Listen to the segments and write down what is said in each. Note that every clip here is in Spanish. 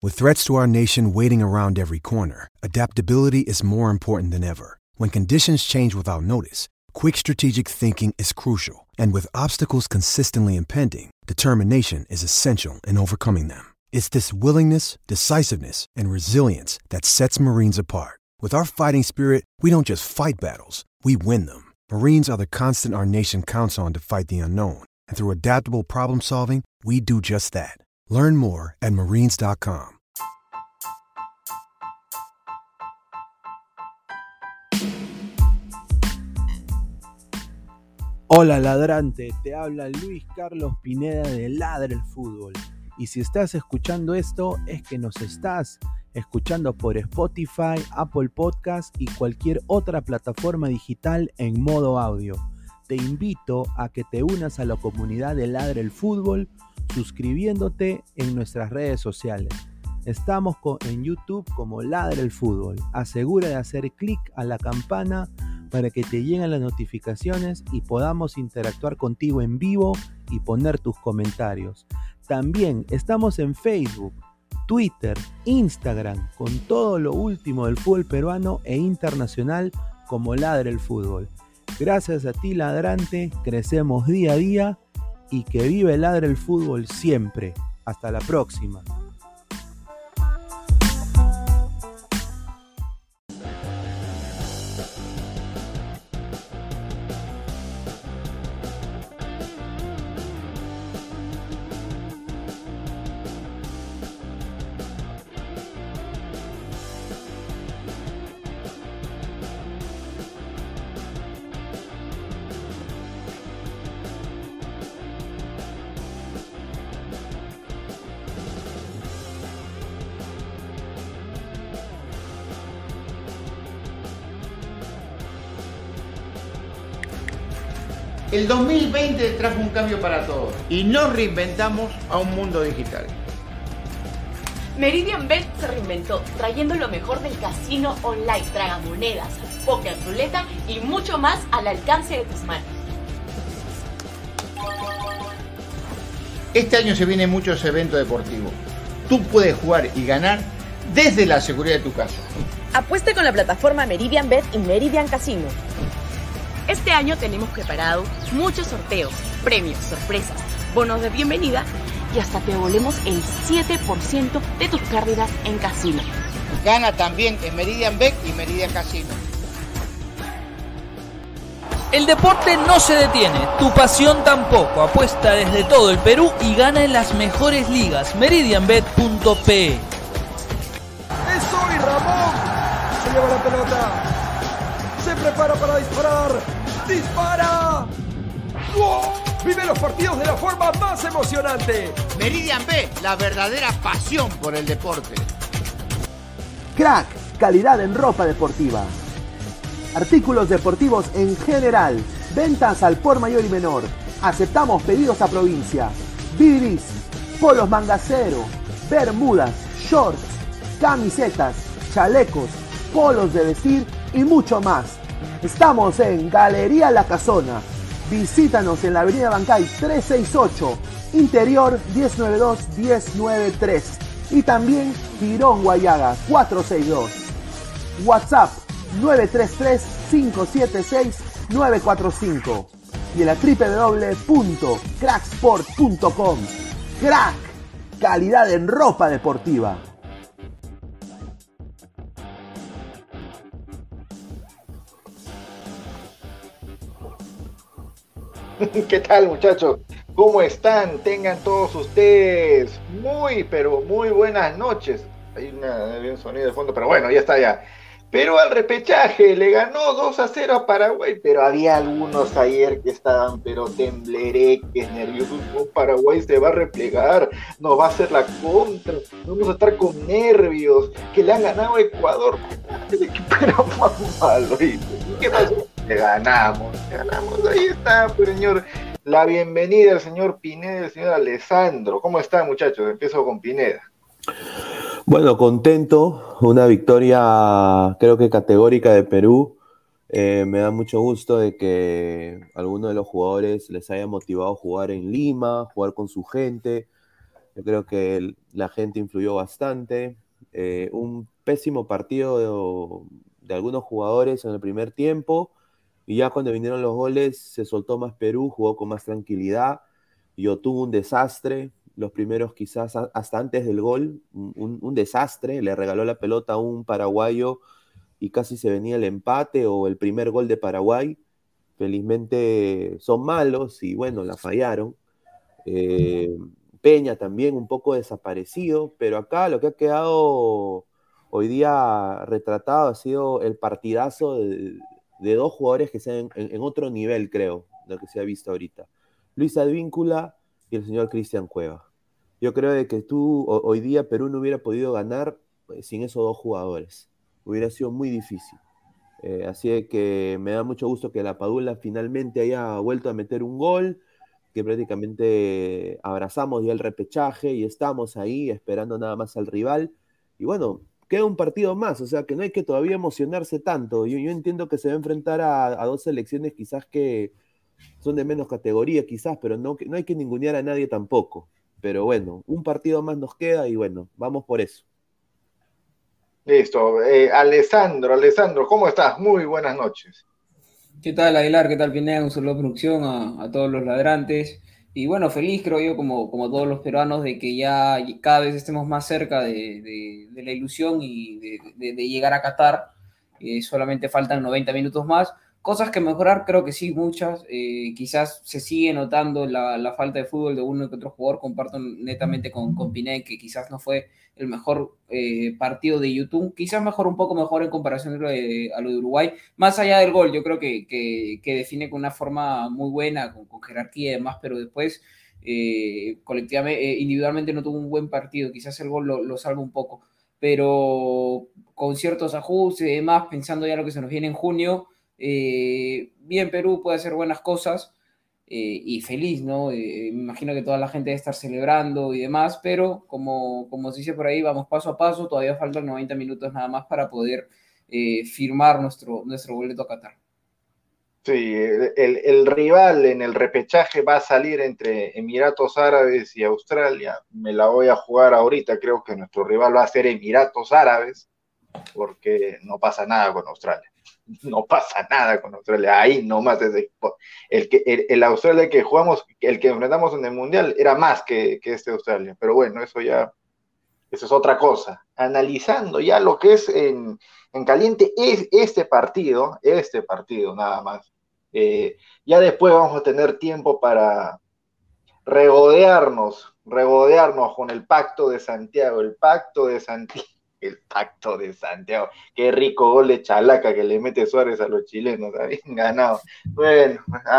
With threats to our nation waiting around every corner, adaptability is more important than ever. When conditions change without notice, quick strategic thinking is crucial. And with obstacles consistently impending, determination is essential in overcoming them. It's this willingness, decisiveness, and resilience that sets Marines apart. With our fighting spirit, we don't just fight battles, we win them. Marines are the constant our nation counts on to fight the unknown. And through adaptable problem solving, we do just that. Learn more at marines.com. Hola ladrante, te habla Luis Carlos Pineda de Ladra el Fútbol. Y si estás escuchando esto, es que nos estás escuchando por Spotify, Apple Podcast y cualquier otra plataforma digital en modo audio. Te invito a que te unas a la comunidad de Ladra el Fútbol suscribiéndote en nuestras redes sociales. Estamos en YouTube como Ladra el Fútbol. Asegura de hacer clic a la campana para que te lleguen las notificaciones y podamos interactuar contigo en vivo y poner tus comentarios. También estamos en Facebook, Twitter, Instagram, con todo lo último del fútbol peruano e internacional como Ladra el Fútbol. Gracias a ti, ladrante, crecemos día a día y que vive Ladra el Fútbol siempre. Hasta la próxima. El 2020 trajo un cambio para todos y nos reinventamos a un mundo digital. Meridian Bet se reinventó, trayendo lo mejor del casino online, tragamonedas, póker, ruleta y mucho más al alcance de tus manos. Este año se vienen muchos eventos deportivos. Tú puedes jugar y ganar desde la seguridad de tu casa. Apueste con la plataforma Meridian Bet y Meridian Casino. Este año tenemos preparado muchos sorteos, premios, sorpresas, bonos de bienvenida y hasta te devolvemos el 7% de tus pérdidas en casino. Gana también en Meridian Bet y Meridian Casino. El deporte no se detiene, tu pasión tampoco. Apuesta desde todo el Perú y gana en las mejores ligas. meridianbet.pe. ¡Eso y Ramón! Se lleva la pelota. Se prepara para disparar. ¡Dispara! ¡Wow! Vive los partidos de la forma más emocionante. Meridian Bet, la verdadera pasión por el deporte. Crack, calidad en ropa deportiva. Artículos deportivos en general. Ventas al por mayor y menor. Aceptamos pedidos a provincia. Bibis, polos mangacero, bermudas, shorts, camisetas, chalecos, polos de vestir y mucho más. Estamos en Galería La Casona. Visítanos en la avenida Bancay 368, interior 1092-1093 y también Girón Guayaga 462. WhatsApp 933-576-945 y en la www.cracksport.com. Crack, calidad en ropa deportiva. ¿Qué tal, muchachos? ¿Cómo están? Tengan todos ustedes pero muy buenas noches. Hay un sonido de fondo, pero bueno, ya está ya. Perú al repechaje, le ganó 2-0 a Paraguay, pero había algunos ayer que estaban pero temblereques, nerviosos. No, Paraguay se va a replegar, nos va a hacer la contra, vamos a estar con nervios, que le han ganado a Ecuador. El equipo era más malo. ¿Y qué pasó? Le ganamos, ahí está, pues, señor. La bienvenida al señor Pineda y al señor Alessandro. ¿Cómo están, muchachos? Empiezo con Pineda. Bueno, contento, una victoria creo que categórica de Perú. Me da mucho gusto de que algunos de los jugadores les haya motivado a jugar en Lima, jugar con su gente. Yo creo que la gente influyó bastante. Un pésimo partido de algunos jugadores en el primer tiempo, y ya cuando vinieron los goles se soltó más Perú, jugó con más tranquilidad. Yo tuve un desastre, los primeros quizás hasta antes del gol, un desastre, le regaló la pelota a un paraguayo y casi se venía el empate o el primer gol de Paraguay. Felizmente son malos y bueno, la fallaron. Eh, Peña también un poco desaparecido, pero acá lo que ha quedado hoy día retratado ha sido el partidazo de dos jugadores que están en otro nivel, creo, lo que se ha visto ahorita. Luis Advíncula y el señor Cristian Cueva. Yo creo de que hoy día Perú no hubiera podido ganar sin esos dos jugadores. Hubiera sido muy difícil. Así que me da mucho gusto que la Padula finalmente haya vuelto a meter un gol, que prácticamente abrazamos ya el repechaje y estamos ahí esperando nada más al rival. Y bueno, queda un partido más, o sea que no hay que todavía emocionarse tanto. Yo entiendo que se va a enfrentar a dos selecciones quizás que son de menos categoría, quizás, pero no hay que ningunear a nadie tampoco. Pero bueno, un partido más nos queda y bueno, vamos por eso. Listo. Alessandro, ¿cómo estás? Muy buenas noches. ¿Qué tal, Aguilar? ¿Qué tal, Pineda? Un saludo de producción a todos los ladrantes. Y bueno, feliz, creo yo, como todos los peruanos, de que ya cada vez estemos más cerca de la ilusión y de llegar a Qatar. Solamente faltan 90 minutos más. Cosas que mejorar, creo que sí, muchas. Quizás se sigue notando la falta de fútbol de uno que otro jugador. Comparto netamente con Pineda que quizás no fue el mejor partido de YouTube. Quizás un poco mejor en comparación a lo de Uruguay. Más allá del gol, yo creo que define con una forma muy buena, con jerarquía y demás, pero después colectivamente, individualmente no tuvo un buen partido. Quizás el gol lo salva un poco, pero con ciertos ajustes y demás, pensando ya lo que se nos viene en junio, bien, Perú puede hacer buenas cosas y feliz, ¿no? Me imagino que toda la gente debe estar celebrando y demás, pero como se dice por ahí, vamos paso a paso, todavía faltan 90 minutos nada más para poder firmar nuestro boleto a Qatar. Sí, el rival en el repechaje va a salir entre Emiratos Árabes y Australia. Me la voy a jugar ahorita, creo que nuestro rival va a ser Emiratos Árabes, porque no pasa nada con Australia. No pasa nada con Australia, ahí nomás es el Australia que jugamos, el que enfrentamos en el Mundial era más que este Australia, pero bueno, eso es otra cosa. Analizando ya lo que es en caliente es este partido nada más. Ya después vamos a tener tiempo para regodearnos con el Pacto de Santiago, el Pacto de Santiago. Qué rico gol de chalaca que le mete Suárez a los chilenos. Habían ganado. Bueno,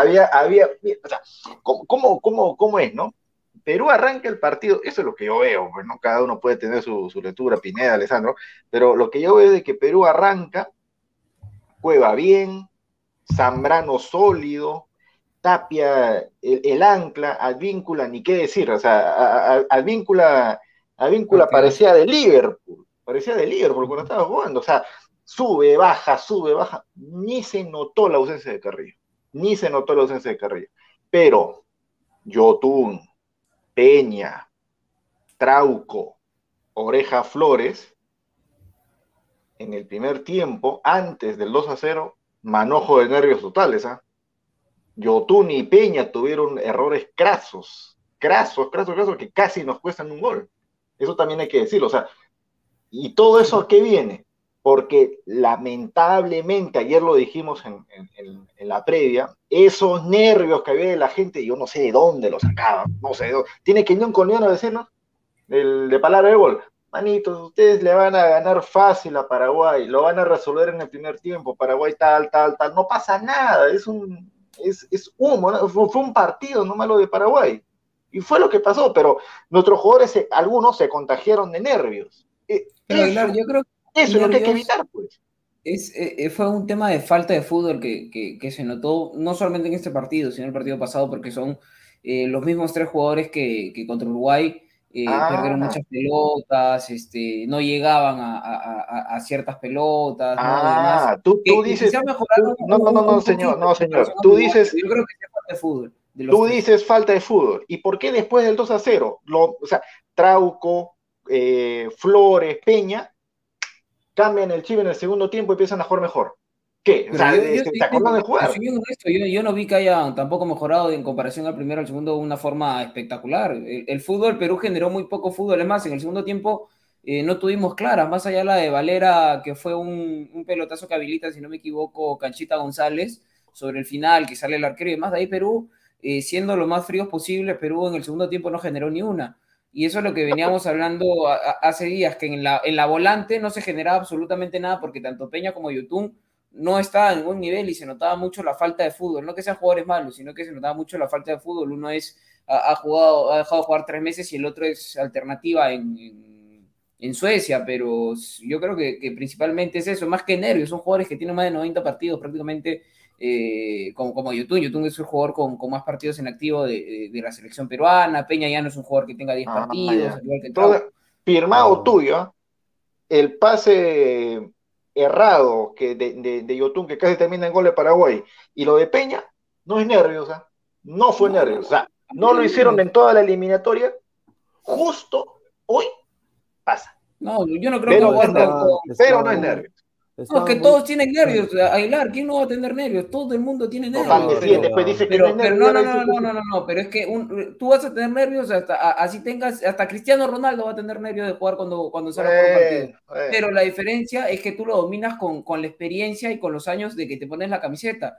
o sea, ¿cómo es, no? Perú arranca el partido, eso es lo que yo veo, pues, ¿no? Cada uno puede tener su lectura, Pineda, Alessandro, pero lo que yo veo es de que Perú arranca, Cueva bien, Zambrano sólido, Tapia el ancla, Advíncula, ni qué decir, o sea, Advíncula parecía de Liverpool cuando estaba jugando, o sea, sube, baja, ni se notó la ausencia de Carrillo, pero Yotún, Peña, Trauco, Oreja Flores, en el primer tiempo, antes del 2-0, manojo de nervios totales, ¿ah? Yotún y Peña tuvieron errores crasos, que casi nos cuestan un gol. Eso también hay que decirlo, o sea, ¿y todo eso a qué viene? Porque lamentablemente, ayer lo dijimos en la previa, esos nervios que había de la gente, yo no sé de dónde los sacaban, no sé de dónde. Tiene que Ñón Coniano decirnos, de palabra de gol, manitos, ustedes le van a ganar fácil a Paraguay, lo van a resolver en el primer tiempo, Paraguay tal, no pasa nada, es humo, ¿no? Fue un partido no malo de Paraguay, y fue lo que pasó, pero nuestros jugadores, algunos se contagiaron de nervios. Claro, yo creo que eso es lo que hay que evitar, pues. Fue un tema de falta de fútbol que se notó, no solamente en este partido, sino en el partido pasado, porque son los mismos tres jugadores que contra Uruguay. Perdieron muchas pelotas, no llegaban a ciertas pelotas, ¿no? Tú dices... No, señor, tú dices... Yo creo que es falta de fútbol. Tú dices falta de fútbol. ¿Y por qué después del 2-0? O sea, Trauco, Flores, Peña, cambian el chip en el segundo tiempo y empiezan a jugar mejor. ¿Qué? O sea, ¿te acordás de jugar? Yo no vi que haya tampoco mejorado en comparación al primero al segundo de una forma espectacular. El fútbol, Perú generó muy poco fútbol. Es más, en el segundo tiempo no tuvimos claras, más allá de la de Valera, que fue un pelotazo que habilita, si no me equivoco, Canchita González, sobre el final, que sale el arquero y demás. De ahí Perú, siendo lo más fríos posible, Perú en el segundo tiempo no generó ni una. Y eso es lo que veníamos hablando hace días, que en la volante no se generaba absolutamente nada, porque tanto Peña como Yotún no estaba en buen nivel y se notaba mucho la falta de fútbol. No que sean jugadores malos, sino que se notaba mucho la falta de fútbol. Uno ha dejado de jugar 3 meses y el otro es alternativa en Suecia, pero yo creo que principalmente es eso, más que nervios. Son jugadores que tienen más de 90 partidos prácticamente, como Yotún. Yotún es un jugador con más partidos en activo de la selección peruana. Peña ya no es un jugador que tenga 10 partidos, al igual que todo firmado tuyo, el pase errado de Yotún, que casi termina en gol de Paraguay, y lo de Peña, no es nervios, no fue nervios, no lo hicieron en toda la eliminatoria, justo hoy pasa. No, yo no creo pero no es nervios. No, que todos tienen nervios, Aguilar, ¿quién no va a tener nervios? Todo el mundo tiene nervios. Después dice que no, pero es que tú vas a tener nervios hasta Cristiano Ronaldo va a tener nervios de jugar cuando sale por un partido. Pero la diferencia es que tú lo dominas con la experiencia y con los años de que te pones la camiseta.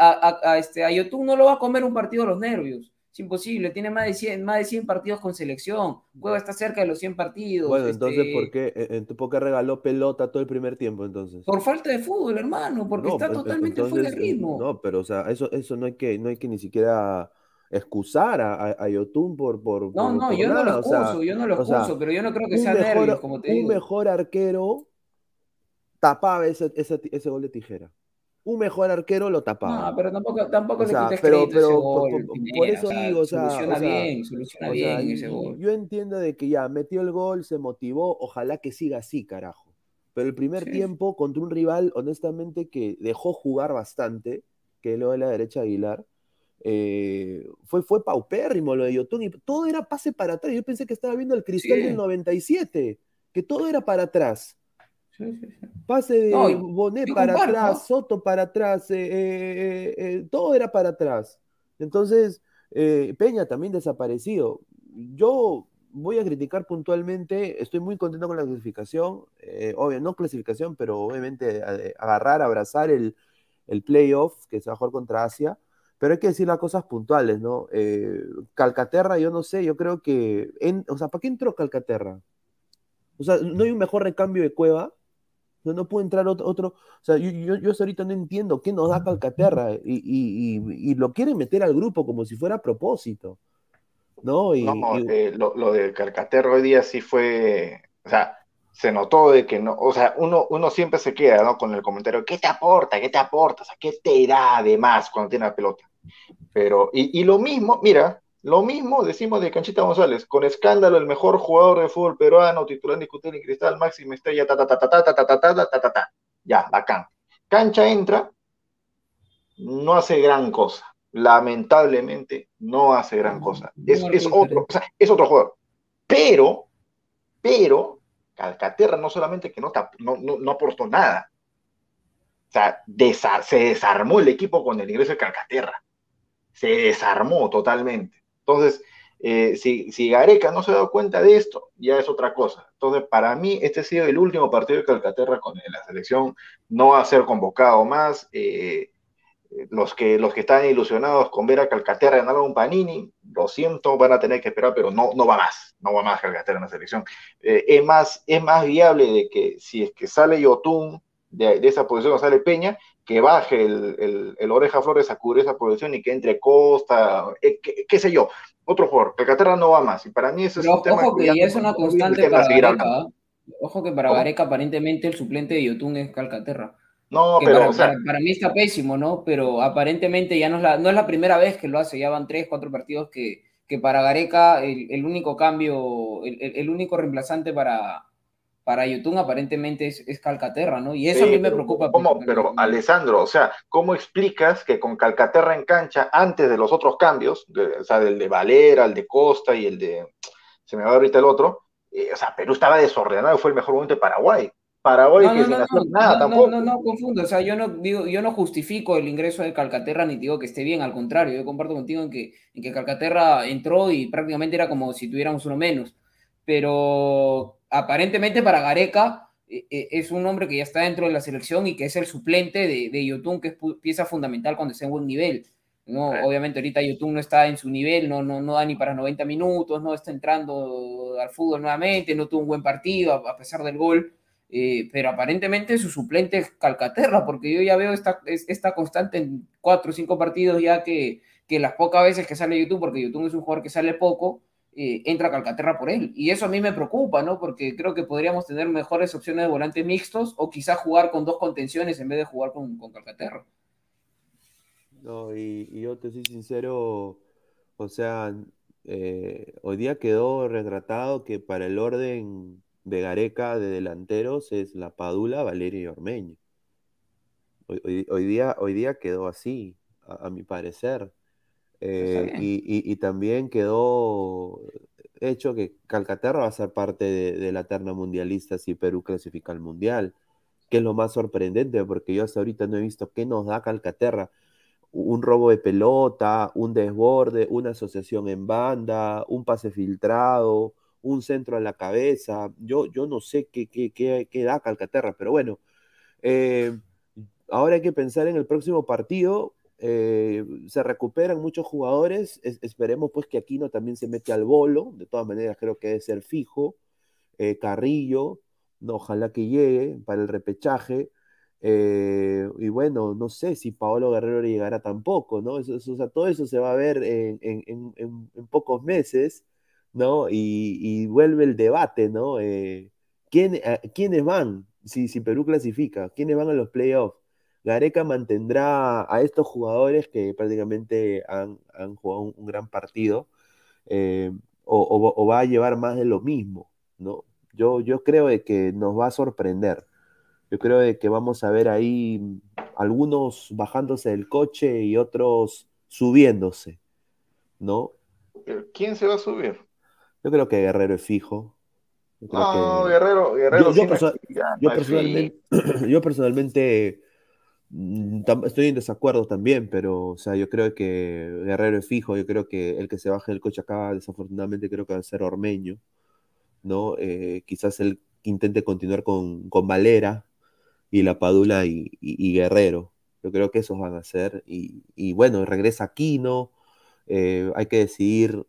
A Yotún no lo va a comer un partido los nervios. Es imposible, tiene más de 100 partidos con selección. Cueva está cerca de los 100 partidos. Bueno, entonces, ¿por qué regaló pelota todo el primer tiempo, entonces? Por falta de fútbol, hermano, porque está totalmente fuera de ritmo. No, pero, o sea, eso no hay que ni siquiera excusar a Yotún por yo no lo excuso, pero yo no creo que sea nervios, como te digo. Un mejor arquero tapaba ese gol de tijera. Un mejor arquero lo tapaba. No, pero tampoco le quites crédito ese gol. Por eso digo, soluciona bien ese gol. Yo entiendo de que ya metió el gol, se motivó, ojalá que siga así, carajo. Pero el primer tiempo contra un rival, honestamente, que dejó jugar bastante, que es lo de la derecha Aguilar, fue paupérrimo lo de Yotún, y todo era pase para atrás. Yo pensé que estaba viendo el Cristal del 97, que todo era para atrás. Pase de Bonet para atrás, Soto para atrás, todo era para atrás. Entonces, Peña también desaparecido. Yo voy a criticar puntualmente, estoy muy contento con la clasificación, obvio, no clasificación, pero obviamente abrazar el playoff que se va a jugar contra Asia, pero hay que decir las cosas puntuales, ¿no? Calcaterra, yo no sé, yo creo que, o sea, ¿para qué entró Calcaterra? O sea, ¿no hay un mejor recambio de Cueva? No puede entrar otro. O sea, yo hasta ahorita no entiendo qué nos da Calcaterra y lo quieren meter al grupo como si fuera a propósito, ¿no? Lo de Calcaterra hoy día sí fue, o sea, se notó de que no, o sea, uno siempre se queda, ¿no? Con el comentario, ¿qué te aporta? O sea, ¿qué te da de más cuando tiene la pelota? Pero, y lo mismo, mira, lo mismo decimos de Canchita González, con escándalo el mejor jugador de fútbol peruano, titular indiscutible en Cristal, máxima estrella, ya, bacán. Cancha entra, no hace gran cosa, lamentablemente no hace gran cosa, es otro jugador, pero Calcaterra no solamente que no aportó nada, o sea, se desarmó el equipo con el ingreso de Calcaterra, se desarmó totalmente. Entonces, si Gareca no se ha dado cuenta de esto, ya es otra cosa. Entonces, para mí, este ha sido el último partido de Calcaterra con la selección. No va a ser convocado más. Los que están ilusionados con ver a Calcaterra en algún Panini, lo siento, van a tener que esperar, pero no va más. No va más Calcaterra en la selección. Es más viable de que si es que sale Yotún de esa posición, o sale Peña, que baje el Oreja Flores a cubrir esa posición y que entre Costa, qué sé yo, otro jugador. Calcaterra no va más, y para mí eso es un tema. Ojo que ya es una constante para Gareca. Ojo que para Gareca aparentemente el suplente de Yotún es Calcaterra. No, pero para mí está pésimo, ¿no? Pero aparentemente ya no es la primera vez que lo hace, ya van 3, 4 partidos que para Gareca el único cambio, el único reemplazante para para Yotun aparentemente es Calcaterra, ¿no? Y eso Sí, a mí me pero preocupa. ¿cómo? Pero Alessandro, o sea, ¿cómo explicas que con Calcaterra en cancha, antes de los otros cambios, o sea, del de Valera, el de Costa y el de, se me va ahorita el otro, o sea, Perú estaba desordenado, fue el mejor momento de Paraguay. Paraguay No, que no, sin no, no, hacer nada no, no, no, tampoco. no confundo. O sea, yo no digo, yo no justifico el ingreso de Calcaterra ni digo que esté bien, al contrario, yo comparto contigo en que Calcaterra entró y prácticamente era como si tuviéramos uno menos. Pero aparentemente para Gareca es un hombre que ya está dentro de la selección y que es el suplente de Yotun, que es pieza fundamental cuando esté en buen nivel. ¿No? Obviamente ahorita Yotun no está en su nivel, no da ni para 90 minutos, no está entrando al fútbol nuevamente, no tuvo un buen partido a pesar del gol. Pero aparentemente su suplente es Calcaterra, porque yo ya veo esta constante en 4 o 5 partidos ya que las pocas veces que sale YouTube, porque YouTube es un jugador que sale poco, entra Calcaterra por él. Y eso a mí me preocupa, ¿no? Porque creo que podríamos tener mejores opciones de volantes mixtos o quizás jugar con 2 contenciones en vez de jugar con Calcaterra. No, y yo te soy sincero, o sea, hoy día quedó retratado que para el orden de Gareca de delanteros es La Padula, Valeria y Ormeño. Hoy día quedó así, a mi parecer. Está bien. Y también quedó hecho que Calcaterra va a ser parte de la terna mundialista si Perú clasifica al Mundial, que es lo más sorprendente, porque yo hasta ahorita no he visto qué nos da Calcaterra. Un robo de pelota, un desborde, una asociación en banda, un pase filtrado, un centro a la cabeza. Yo no sé qué da Calcaterra, pero bueno, eh, ahora hay que pensar en el próximo partido. Se recuperan muchos jugadores. Esperemos pues que Aquino también se mete al bolo. De todas maneras, creo que debe ser fijo. Carrillo, no, ojalá que llegue para el repechaje. Y bueno, no sé si Paolo Guerrero llegará tampoco, ¿no? O sea, todo eso se va a ver en pocos meses, ¿no? Y vuelve el debate, ¿no? ¿Quiénes van? Si Perú clasifica, ¿quiénes van a los playoffs? Gareca mantendrá a estos jugadores que prácticamente han jugado un gran partido, o va a llevar más de lo mismo, ¿no? Yo creo de que nos va a sorprender. Yo creo de que vamos a ver ahí algunos bajándose del coche y otros subiéndose, ¿no? ¿Quién se va a subir? Yo creo que Guerrero es fijo. Yo creo No, que Guerrero sí no es, ya yo no es fijo. personalmente, yo personalmente estoy en desacuerdo también, pero o sea, yo creo que Guerrero es fijo. Yo creo que el que se baje del coche acá, desafortunadamente, creo que va a ser Ormeño, ¿no? Quizás él intente continuar con Valera y La Padula y Guerrero. Yo creo que esos van a ser. Y bueno, regresa Aquino. Hay que decidir,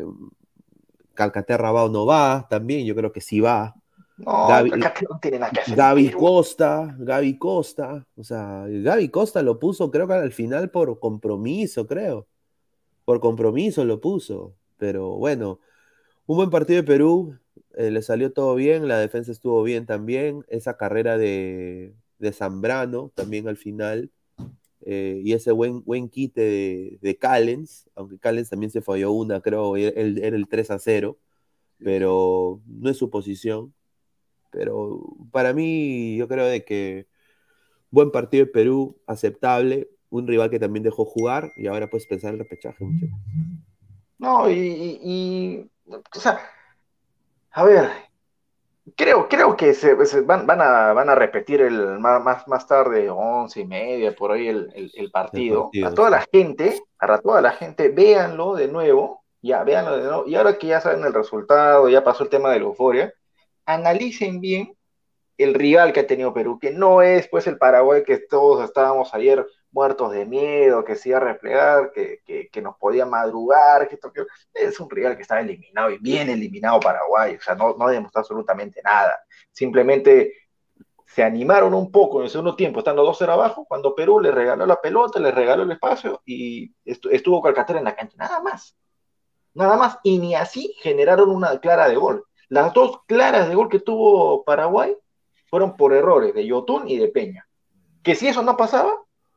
Calcaterra va o no va. También yo creo que sí va. No, Gaby, acá no tiene nada que hacer en Perú. Gaby Costa. O sea, Gaby Costa lo puso, creo que al final por compromiso, creo. Por compromiso lo puso. Pero bueno, un buen partido de Perú. Le salió todo bien, la defensa estuvo bien también. Esa carrera de Zambrano también al final. Y ese buen quite de Callens, aunque Callens también se falló una, creo, era el 3-0, pero no es su posición. Pero para mí, yo creo de que buen partido de Perú, aceptable, un rival que también dejó jugar y ahora puedes pensar en el repechaje, muchachos. No, o sea, a ver, creo que van a repetir más tarde, 11:30, por ahí el El partido. partido, sí. Para toda la gente, véanlo de nuevo, ya, véanlo de nuevo, y ahora que ya saben el resultado, ya pasó el tema de la euforia, analicen bien el rival que ha tenido Perú, que no es pues el Paraguay que todos estábamos ayer muertos de miedo, que se iba a replegar, que nos podía madrugar, que es un rival que estaba eliminado y bien eliminado Paraguay, o sea, no demostró absolutamente nada. Simplemente se animaron un poco en el segundo tiempo, estando 2-0 abajo, cuando Perú les regaló la pelota, les regaló el espacio y estuvo Calcaterra en la cancha, nada más, y ni así generaron una clara de gol. Las dos claras de gol que tuvo Paraguay fueron por errores de Yotun y de Peña. Que si eso no pasaba,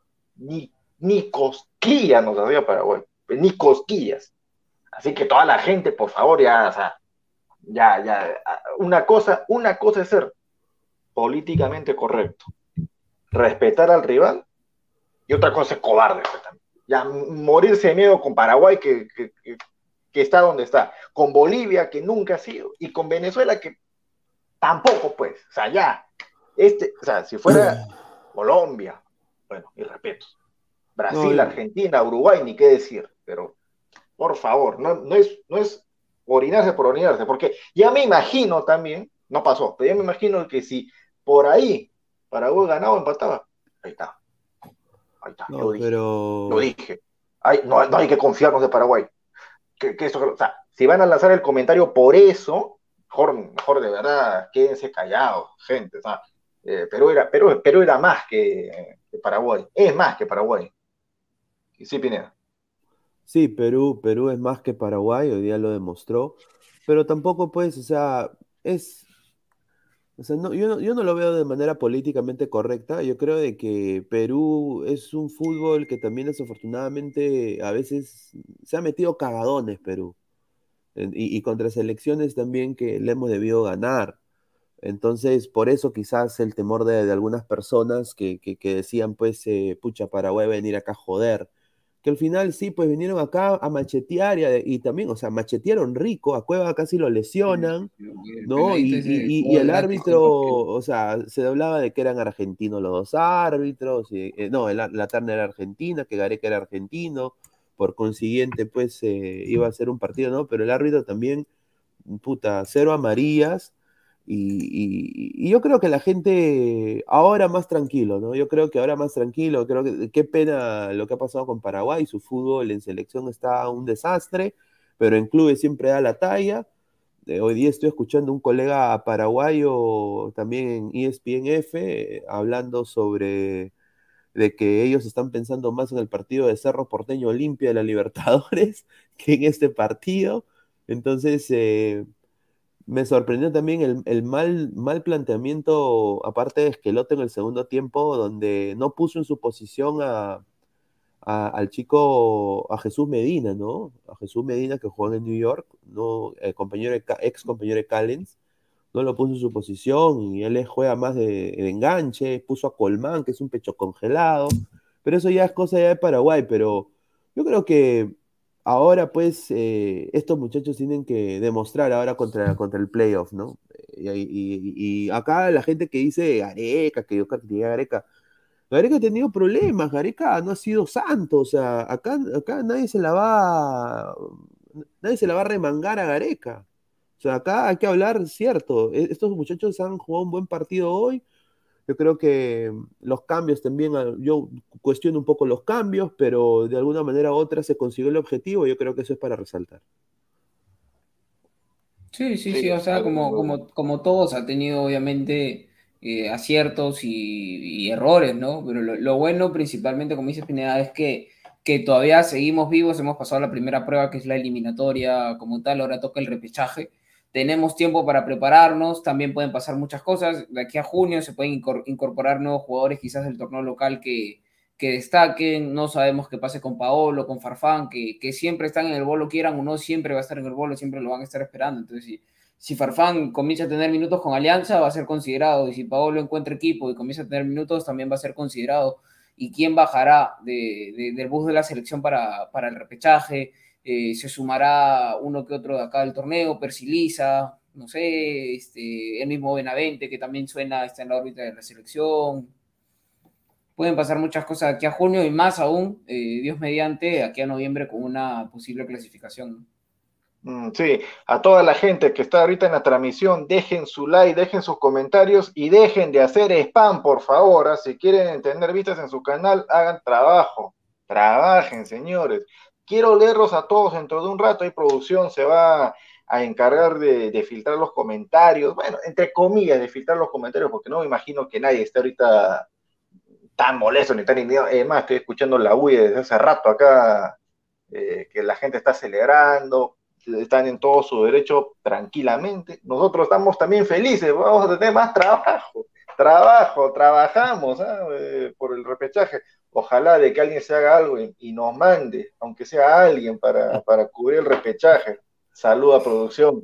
ni cosquillas nos hacía Paraguay, ni cosquillas. Así que toda la gente, por favor, ya, o sea, ya, una cosa es ser políticamente correcto, respetar al rival, y otra cosa es cobarde, pues, también. Ya morirse de miedo con Paraguay, que está donde está, con Bolivia, que nunca ha sido, y con Venezuela, que tampoco, pues, o sea, ya, o sea, si fuera Colombia, bueno, y respeto, No, Brasil, Argentina, Uruguay, ni qué decir, pero por favor, no es orinarse por orinarse, porque ya me imagino también, no pasó, pero ya me imagino que si por ahí Paraguay ganaba o empataba, ahí está, no, lo pero dije, no hay que confiarnos de Paraguay, o sea, si van a lanzar el comentario por eso, mejor de verdad, quédense callados, gente, o sea, Perú era más que Paraguay, es más que Paraguay, y sí, Pineda. sí, Perú es más que Paraguay, hoy día lo demostró, pero tampoco pues, o sea, es, o sea, no, yo no lo veo de manera políticamente correcta. Yo creo de que Perú es un fútbol que también desafortunadamente a veces se ha metido cagadones Perú. Y contra selecciones también que le hemos debido ganar. Entonces, por eso quizás el temor de algunas personas que decían, pues, pucha, Paraguay va a venir acá a joder. Que al final sí, pues vinieron acá a machetear y también, o sea, machetearon rico, a Cueva casi lo lesionan, El ¿no? peladito ese Y jugó el gratis árbitro, todo el partido. o sea, se hablaba de que eran argentinos los dos árbitros, no, la terna era argentina, que Gareca era argentino, por consiguiente, pues iba a ser un partido, ¿no? Pero el árbitro también, puta, cero amarillas, y yo creo que la gente ahora más tranquilo, ¿no? Yo creo que ahora más tranquilo, creo que qué pena lo que ha pasado con Paraguay, su fútbol en selección está un desastre, pero en clubes siempre da la talla. Hoy día estoy escuchando un colega paraguayo también en ESPN-F hablando sobre de que ellos están pensando más en el partido de Cerro Porteño Olimpia de la Libertadores que en este partido. Entonces, me sorprendió también el mal planteamiento, aparte de Esqueloto en el segundo tiempo, donde no puso en su posición al chico, a Jesús Medina, ¿no? A Jesús Medina que jugó en New York, ¿no? Ex compañero de Callens, no lo puso en su posición y él juega más de enganche, puso a Colmán, que es un pecho congelado, pero eso ya es cosa ya de Paraguay, pero yo creo que ahora pues estos muchachos tienen que demostrar ahora contra el playoff, ¿no? Y acá la gente que dice Gareca, que yo critiqué a Gareca, Gareca ha tenido problemas, Gareca no ha sido santo, o sea, acá nadie se la va a remangar a Gareca. O sea, acá hay que hablar cierto. Estos muchachos han jugado un buen partido hoy. Yo creo que los cambios también, yo cuestiono un poco los cambios, pero de alguna manera u otra se consiguió el objetivo. Yo creo que eso es para resaltar. Sí, sí, Sí, sí, o sea, como todos ha tenido obviamente aciertos y errores, ¿no? Pero lo bueno principalmente, como dice Pineda, es que todavía seguimos vivos, hemos pasado la primera prueba que es la eliminatoria como tal, ahora toca el repechaje. Tenemos tiempo para prepararnos, también pueden pasar muchas cosas. De aquí a junio se pueden incorporar nuevos jugadores quizás del torneo local que destaquen, no sabemos qué pase con Paolo, con Farfán, que siempre están en el bolo, quieran o no, siempre va a estar en el bolo, siempre lo van a estar esperando. Entonces, si Farfán comienza a tener minutos con Alianza, va a ser considerado, y si Paolo encuentra equipo y comienza a tener minutos, también va a ser considerado. ¿Y quién bajará del bus de la selección para el repechaje? Se sumará uno que otro de acá del torneo, Persiliza, no sé, el mismo Benavente, que también suena, está en la órbita de la selección. Pueden pasar muchas cosas aquí a junio y más aún, Dios mediante, aquí a noviembre con una posible clasificación. Sí, a toda la gente que está ahorita en la transmisión, dejen su like, dejen sus comentarios y dejen de hacer spam, por favor. Si quieren tener vistas en su canal, hagan trabajo. Trabajen, señores. Quiero leerlos a todos dentro de un rato. Ahí producción se va a encargar de filtrar los comentarios. Bueno, entre comillas, de filtrar los comentarios, porque no me imagino que nadie esté ahorita tan molesto ni tan indignado. Es más, estoy escuchando la UI desde hace rato acá, que la gente está celebrando, están en todo su derecho tranquilamente. Nosotros estamos también felices, vamos a tener más trabajamos por el repechaje. Ojalá de que alguien se haga algo y nos mande, aunque sea alguien, para cubrir el repechaje. Saluda producción.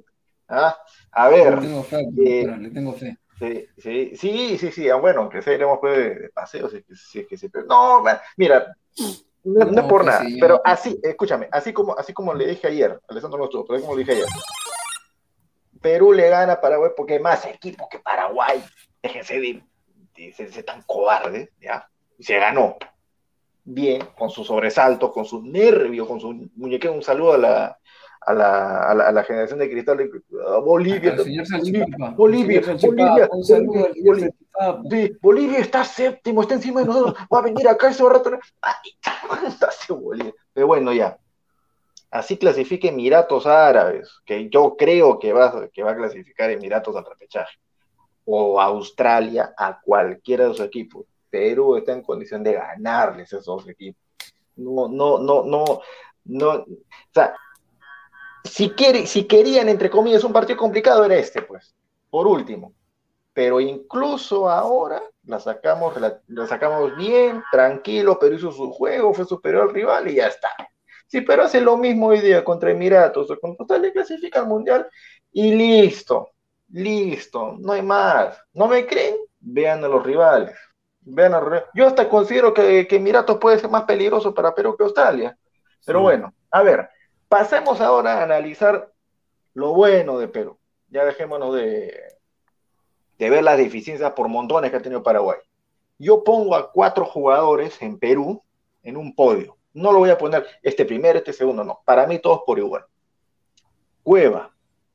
¿Ah? A ver. Le tengo fe, le tengo fe. Sí, bueno, aunque sea iremos pues, de paseo, si es que sí, pero no, mira, no por nada, señor. pero así, escúchame, así como le dije ayer, Alessandro no estuvo, pero como le dije ayer, Perú le gana a Paraguay porque hay más equipo que Paraguay, déjense de ser tan cobardes, ¿ya? Y se ganó, bien, con sus sobresaltos, con sus nervios, con su muñequeo, un saludo a la generación de cristal de Bolivia. Señor Salchipapa. Bolivia, Un saludo al señor Salchipapa. Sí, Bolivia está séptimo, está encima de nosotros, va a venir acá ese rato. Está Bolivia. Pero bueno, ya. Así clasifica Emiratos Árabes, que yo creo que va a clasificar Emiratos al repechaje. O Australia a cualquiera de sus equipos. Perú está en condición de ganarles a esos dos equipos. No. O sea, si querían, entre comillas, un partido complicado, era este, pues. Por último. Pero incluso ahora la sacamos bien, tranquilo, pero hizo su juego, fue superior al rival y ya está. Sí, pero hace lo mismo hoy día contra Emiratos o contra Australia, clasifica al Mundial y listo, no hay más. ¿No me creen? Vean a los rivales. Yo hasta considero que Emiratos puede ser más peligroso para Perú que Australia. Pero bueno, a ver, pasemos ahora a analizar lo bueno de Perú. Ya dejémonos de ver las deficiencias por montones que ha tenido Paraguay. Yo pongo a 4 jugadores en Perú en un podio. No lo voy a poner este primero, este segundo, no. Para mí todos por igual. Cueva,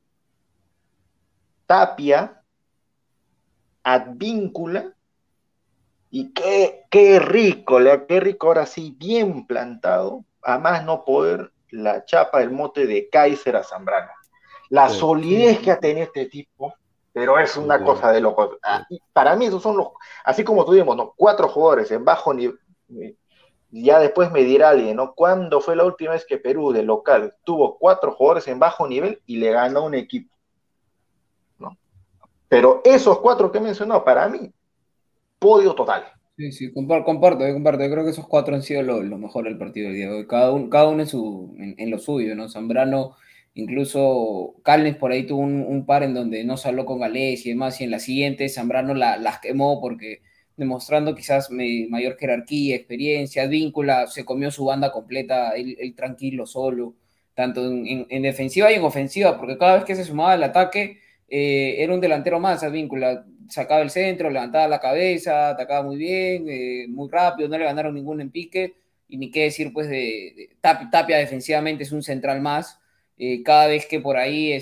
Tapia, Advíncula y qué rico ahora sí, bien plantado, a más no poder, la chapa del mote de Kaiser a Zambrano. La solidez que ha tenido este tipo, pero es una cosa de locos. Para mí esos son los, así como tuvimos, ¿no? 4 jugadores en bajo nivel. Ya después me dirá alguien, ¿no? ¿Cuándo fue la última vez que Perú de local tuvo 4 jugadores en bajo nivel y le ganó un equipo? ¿No? Pero esos 4 que he mencionado, para mí, podio total. Sí, comparto. Yo creo que esos 4 han sido lo mejor del partido del día de hoy. Cada uno en lo suyo, ¿no? Zambrano, incluso Callens por ahí tuvo un par en donde no se habló con Galés y demás, y en la siguiente Zambrano las quemó porque demostrando quizás mayor jerarquía, experiencia, víncula, se comió su banda completa, él tranquilo, solo, tanto en defensiva y en ofensiva, porque cada vez que se sumaba al ataque era un delantero más, Advíncula, sacaba el centro, levantaba la cabeza, atacaba muy bien, muy rápido, no le ganaron ningún en pique, y ni qué decir pues de Tapia defensivamente es un central más, cada vez que por ahí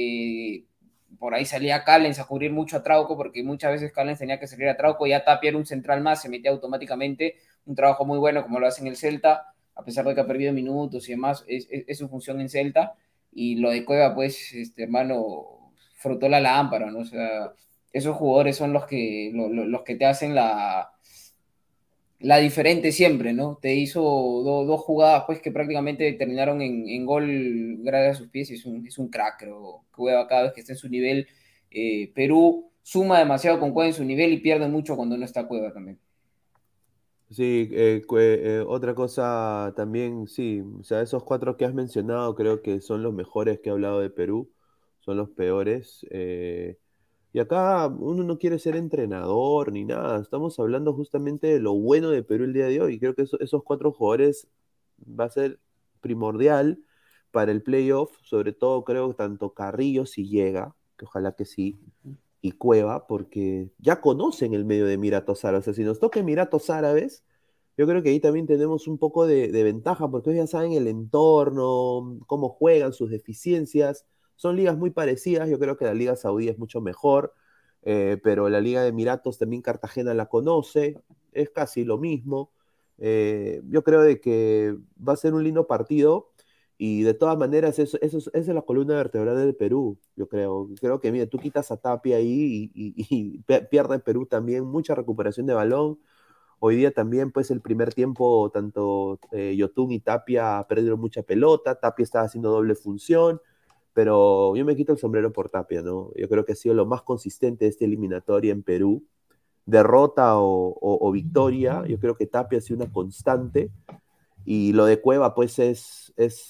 salía Callens a cubrir mucho a Trauco, porque muchas veces Callens tenía que salir a Trauco, ya Tapia era un central más, se metía automáticamente, un trabajo muy bueno como lo hace en el Celta, a pesar de que ha perdido minutos y demás, es su función en Celta, y lo de Cueva pues, hermano, frotó la lámpara, ¿no? O sea, esos jugadores son los que te hacen la diferente siempre, ¿no? Te hizo dos jugadas pues que prácticamente terminaron en gol gracias a sus pies, y es un crack, creo, Cueva cada vez que está en su nivel. Perú suma demasiado con Cueva en su nivel y pierde mucho cuando no está Cueva también. Sí, otra cosa también, sí, o sea, esos 4 que has mencionado creo que son los mejores que he hablado de Perú, son los peores. Y acá uno no quiere ser entrenador ni nada, estamos hablando justamente de lo bueno de Perú el día de hoy. Creo que esos 4 jugadores va a ser primordial para el playoff, sobre todo creo tanto Carrillo si llega, que ojalá que sí, y Cueva, porque ya conocen el medio de Emiratos Árabes. O sea, si nos toca Emiratos Árabes, yo creo que ahí también tenemos un poco de ventaja, porque ellos ya saben el entorno, cómo juegan, sus deficiencias. Son ligas muy parecidas, yo creo que la Liga Saudí es mucho mejor, pero la Liga de Emiratos también Cartagena la conoce, es casi lo mismo. Yo creo de que va a ser un lindo partido. Y de todas maneras, esa es la columna vertebral del Perú, yo creo. Creo que, mira, tú quitas a Tapia ahí y pierde Perú también mucha recuperación de balón. Hoy día también, pues, el primer tiempo, tanto Yotun y Tapia perdieron mucha pelota. Tapia estaba haciendo doble función, pero yo me quito el sombrero por Tapia, ¿no? Yo creo que ha sido lo más consistente de esta eliminatoria en Perú. Derrota o victoria, yo creo que Tapia ha sido una constante. Y lo de Cueva, pues, es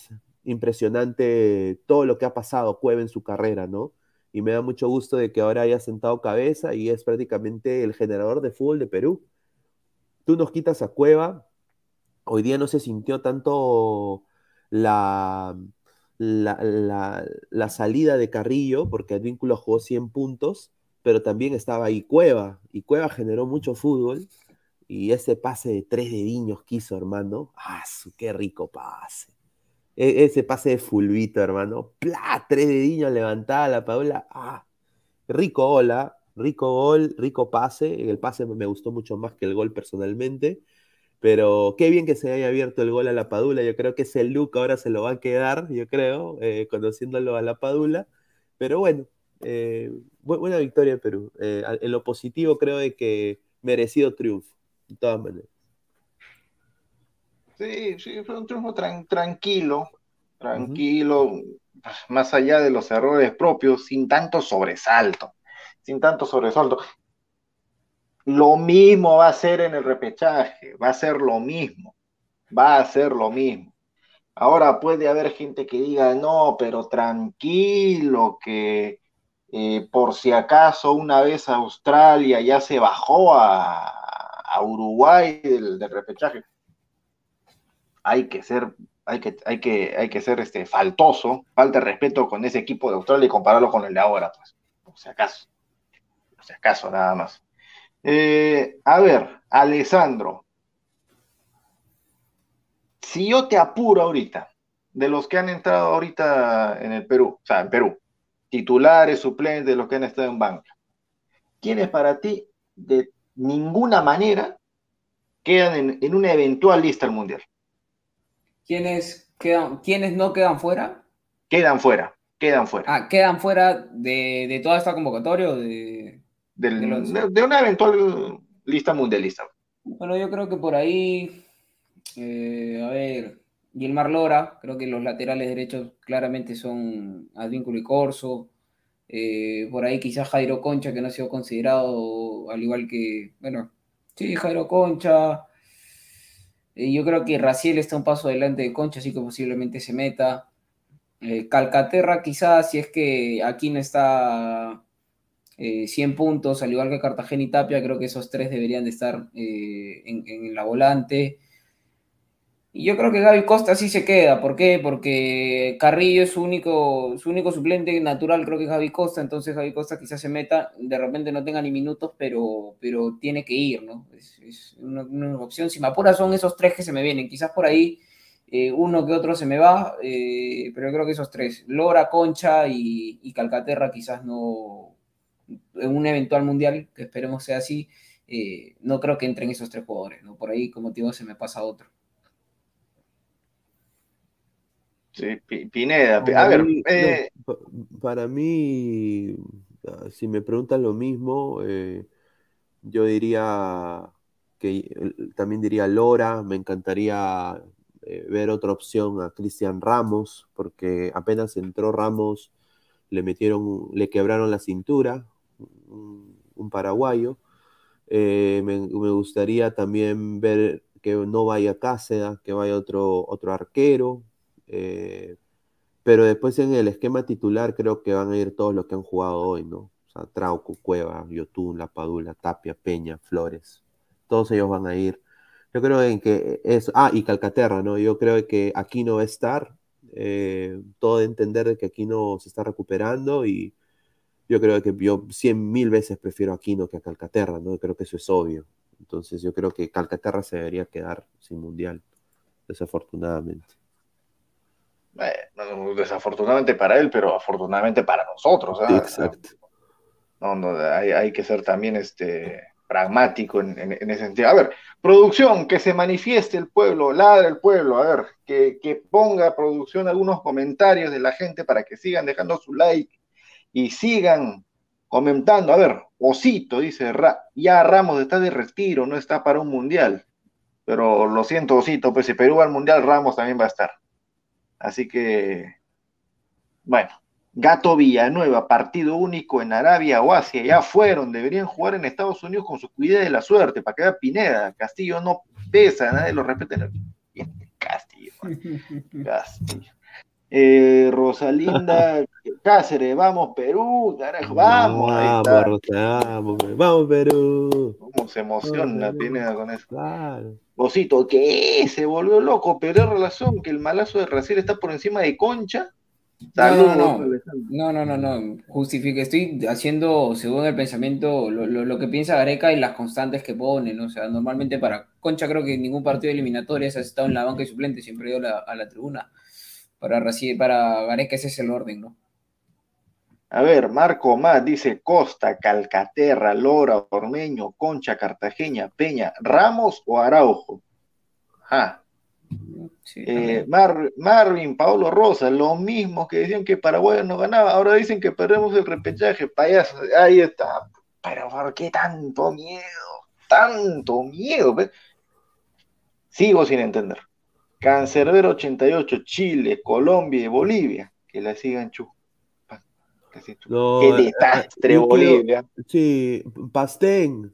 impresionante todo lo que ha pasado Cueva en su carrera, ¿no? Y me da mucho gusto de que ahora haya sentado cabeza y es prácticamente el generador de fútbol de Perú. Tú nos quitas a Cueva, hoy día no se sintió tanto la, la salida de Carrillo, porque Advíncula jugó 100 puntos, pero también estaba ahí Cueva, y Cueva generó mucho fútbol, y ese pase de 3 dediños que hizo, hermano, qué rico pase. Ese pase de fulbito, hermano, ¡plá! 3 dediños levantada la Paula, rico gol, rico gol, rico pase, el pase me gustó mucho más que el gol personalmente, pero qué bien que se haya abierto el gol a la Padula. Yo creo que ese look ahora se lo va a quedar, yo creo, conociéndolo a la Padula. Pero bueno, buena victoria de Perú. En lo positivo creo de que merecido triunfo, de todas maneras. Sí, fue un triunfo tranquilo, más allá de los errores propios, sin tanto sobresalto. Lo mismo va a ser en el repechaje, va a ser lo mismo. Ahora puede haber gente que diga, no, pero tranquilo, que por si acaso una vez Australia ya se bajó a Uruguay del repechaje. Hay que ser faltoso, falta de respeto con ese equipo de Australia y compararlo con el de ahora, pues, por si acaso, nada más. A ver, Alessandro, si yo te apuro ahorita, de los que han entrado ahorita en el Perú, o sea, en Perú, titulares, suplentes, de los que han estado en banca, ¿quiénes para ti de ninguna manera quedan en una eventual lista al Mundial? ¿Quiénes no quedan fuera? Quedan fuera. ¿Quedan fuera de toda esta convocatoria o de una eventual lista mundialista? Bueno, yo creo que por ahí, a ver, Gilmar Lora, creo que los laterales derechos claramente son Advíncula y Corso. Por ahí quizás Jairo Concha, que no ha sido considerado, al igual que, bueno, sí, Jairo Concha. Yo creo que Raciel está un paso adelante de Concha, así que posiblemente se meta. Calcaterra quizás, si es que aquí no está 100 puntos, al igual que Cartagena y Tapia, creo que esos tres deberían de estar en la volante. Y yo creo que Gaby Costa sí se queda. ¿Por qué? Porque Carrillo es su único suplente natural, creo que es Gaby Costa, entonces Gaby Costa quizás se meta, de repente no tenga ni minutos, pero tiene que ir, ¿no? Es una opción. Si me apuras son esos tres que se me vienen, quizás por ahí uno que otro se me va, pero yo creo que esos tres, Lora, Concha y Calcaterra quizás no, en un eventual mundial, que esperemos sea así, no creo que entren esos tres jugadores, ¿no? Por ahí, como te digo, se me pasa otro. Sí, Pineda. A ver, para mí, si me preguntan lo mismo, yo diría también diría Lora. Me encantaría ver otra opción a Cristian Ramos, porque apenas entró Ramos, le quebraron la cintura, un paraguayo. Me gustaría también ver que no vaya Cáceres, que vaya otro arquero. Pero después en el esquema titular creo que van a ir todos los que han jugado hoy, ¿no? O sea, Trauco, Cueva, Yotún, La Padula, Tapia, Peña, Flores. Todos ellos van a ir. Yo creo en que eso. Y Calcaterra, ¿no? Yo creo que Aquino va a estar. Todo de entender de que Aquino se está recuperando y yo creo que yo 100.000 veces prefiero a Aquino que a Calcaterra, ¿no? Creo que eso es obvio. Entonces yo creo que Calcaterra se debería quedar sin mundial, desafortunadamente. Desafortunadamente para él, pero afortunadamente para nosotros. ¿Eh? Exacto. Hay que ser también pragmático en ese sentido. A ver, producción, que se manifieste el pueblo, ladra el pueblo, a ver, que ponga producción algunos comentarios de la gente para que sigan dejando su like y sigan comentando. A ver, Osito dice, ya Ramos está de retiro, no está para un mundial. Pero lo siento, Osito, pues si Perú va al mundial, Ramos también va a estar. Así que, bueno, Gato Villanueva, partido único en Arabia o Asia, ya fueron, deberían jugar en Estados Unidos con su cuidado de la suerte, para que vea Pineda. Castillo no pesa, nadie lo respeta. Castillo. Rosalinda Cáceres, vamos Perú, carajo, vamos, ahí está. Vamos, Perú. Cómo se emociona Pineda con eso. Claro. Bocito, ¿qué? Se volvió loco, pero es razón que el malazo de Brasil está por encima de Concha. Saludos. No. Justifique, estoy haciendo según el pensamiento lo que piensa Gareca y las constantes que pone, ¿no? O sea, normalmente para Concha creo que en ningún partido de eliminatorias ha estado en la banca y suplente, siempre ha ido a la tribuna. Para Gareca ese es el orden, ¿no? A ver, Marco Más dice Costa, Calcaterra, Lora, Ormeño, Concha, Cartageña, Peña, Ramos o Araujo. Ah. Sí, Marvin, Paulo Rosa, lo mismo que decían que Paraguay no ganaba, ahora dicen que perdemos el repechaje, payaso, ahí está. Pero ¿por qué tanto miedo? Tanto miedo, ¿ves? Sigo sin entender. Cancerbero 88, Chile, Colombia y Bolivia, que la sigan No, qué desastre Bolivia. Sí, Pastén.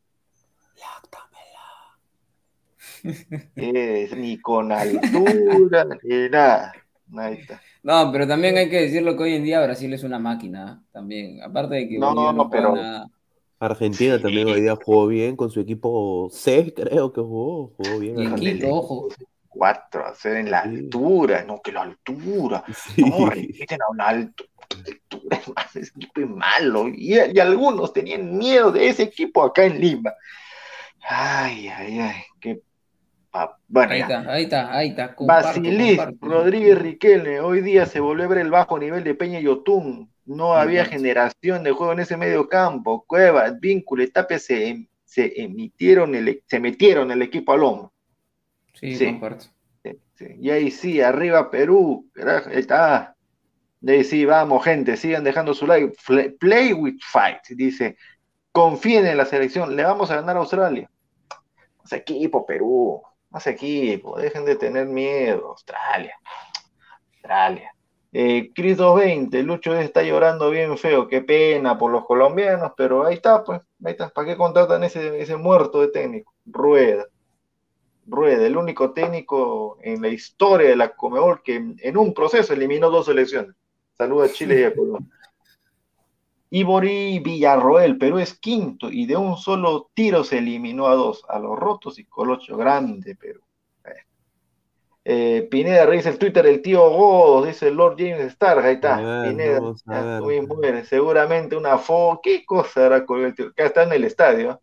Ni con altura, ni nada. Ahí está. No, pero también hay que decirlo que hoy en día Brasil es una máquina, también. Aparte de que Bolivia no juega nada. Argentina también hoy día jugó bien con su equipo C, creo que jugó bien. Y Quito, ojo. 4-0 en la altura, no, que la altura. Sí. No, repiten a una altura ese equipo es malo. Y algunos tenían miedo de ese equipo acá en Lima. Ay, qué bueno, ahí está. Basilis Rodríguez Riquelme, hoy día se volvió a ver el bajo nivel de Peña y Yotún. No había generación de juego en ese medio campo. Cuevas, Víncula, Tapia se metieron el equipo al hombro. Sí, comparto. Sí. Y ahí sí, arriba Perú. Carajo, ahí está. Y ahí sí, vamos, gente, sigan dejando su like. Play with fight, dice. Confíen en la selección, le vamos a ganar a Australia. Más equipo, Perú. Más equipo, dejen de tener miedo. Australia. Cris 220, Lucho está llorando bien feo, qué pena por los colombianos, pero ahí está, pues, ¿para qué contratan ese muerto de técnico? Rueda, el único técnico en la historia de la Conmebol que en un proceso eliminó 2 selecciones. Saludos a Chile y a Colombia. Ibori Villarroel, Perú es quinto y de un solo tiro se eliminó a 2, a los rotos y Colocho, grande Perú. Pineda revisa el Twitter del tío Godos, dice Lord James Stark, ahí está. Pineda, tú mismo eres, seguramente una foto, ¿qué cosa hará con el tío? Acá está en el estadio.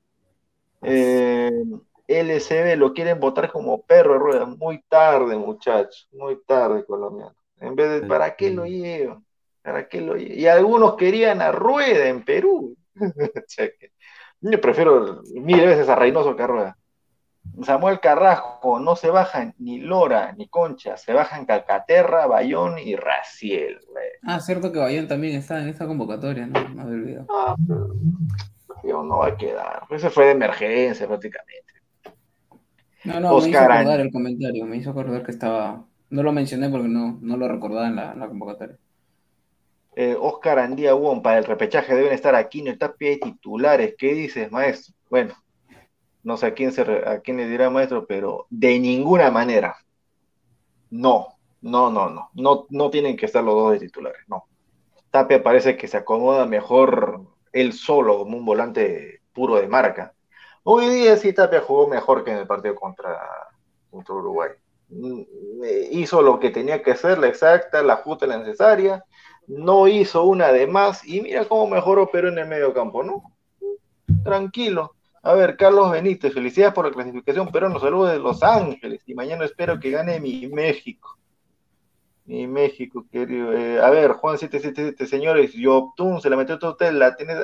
LCB lo quieren votar como perro de rueda, muy tarde muchachos, muy tarde colombiano. En vez de, ¿para qué lo llevan? Y algunos querían a Rueda en Perú. Yo prefiero 1000 veces a Reynoso que a Rueda. Samuel Carrasco, no se bajan ni Lora ni Concha, se bajan Calcaterra, Bayón y Raciel. Cierto que Bayón también está en esta convocatoria, ¿no? No había olvidado. No va a quedar. Ese fue de emergencia prácticamente. No, Oscar, me hizo acordar el comentario, me hizo acordar que estaba. No lo mencioné porque no lo recordaba en la convocatoria. Oscar Andía Wong, para el repechaje deben estar Aquino y Tapia de titulares. ¿Qué dices, maestro? Bueno, no sé a quién le dirá maestro, pero de ninguna manera. No tienen que estar los dos de titulares, no. Tapia parece que se acomoda mejor él solo como un volante puro de marca. Hoy día sí Tapia jugó mejor que en el partido contra Uruguay. Hizo lo que tenía que hacer, la exacta, la justa, la necesaria. No hizo una de más y mira cómo mejoró Perú en el medio campo, ¿no? Tranquilo. A ver, Carlos Benítez, felicidades por la clasificación, pero nos saludos de Los Ángeles y mañana espero que gane mi México. Mi México, querido. A ver, Juan 777, señores, Yoptun se la metió a usted, la tiene.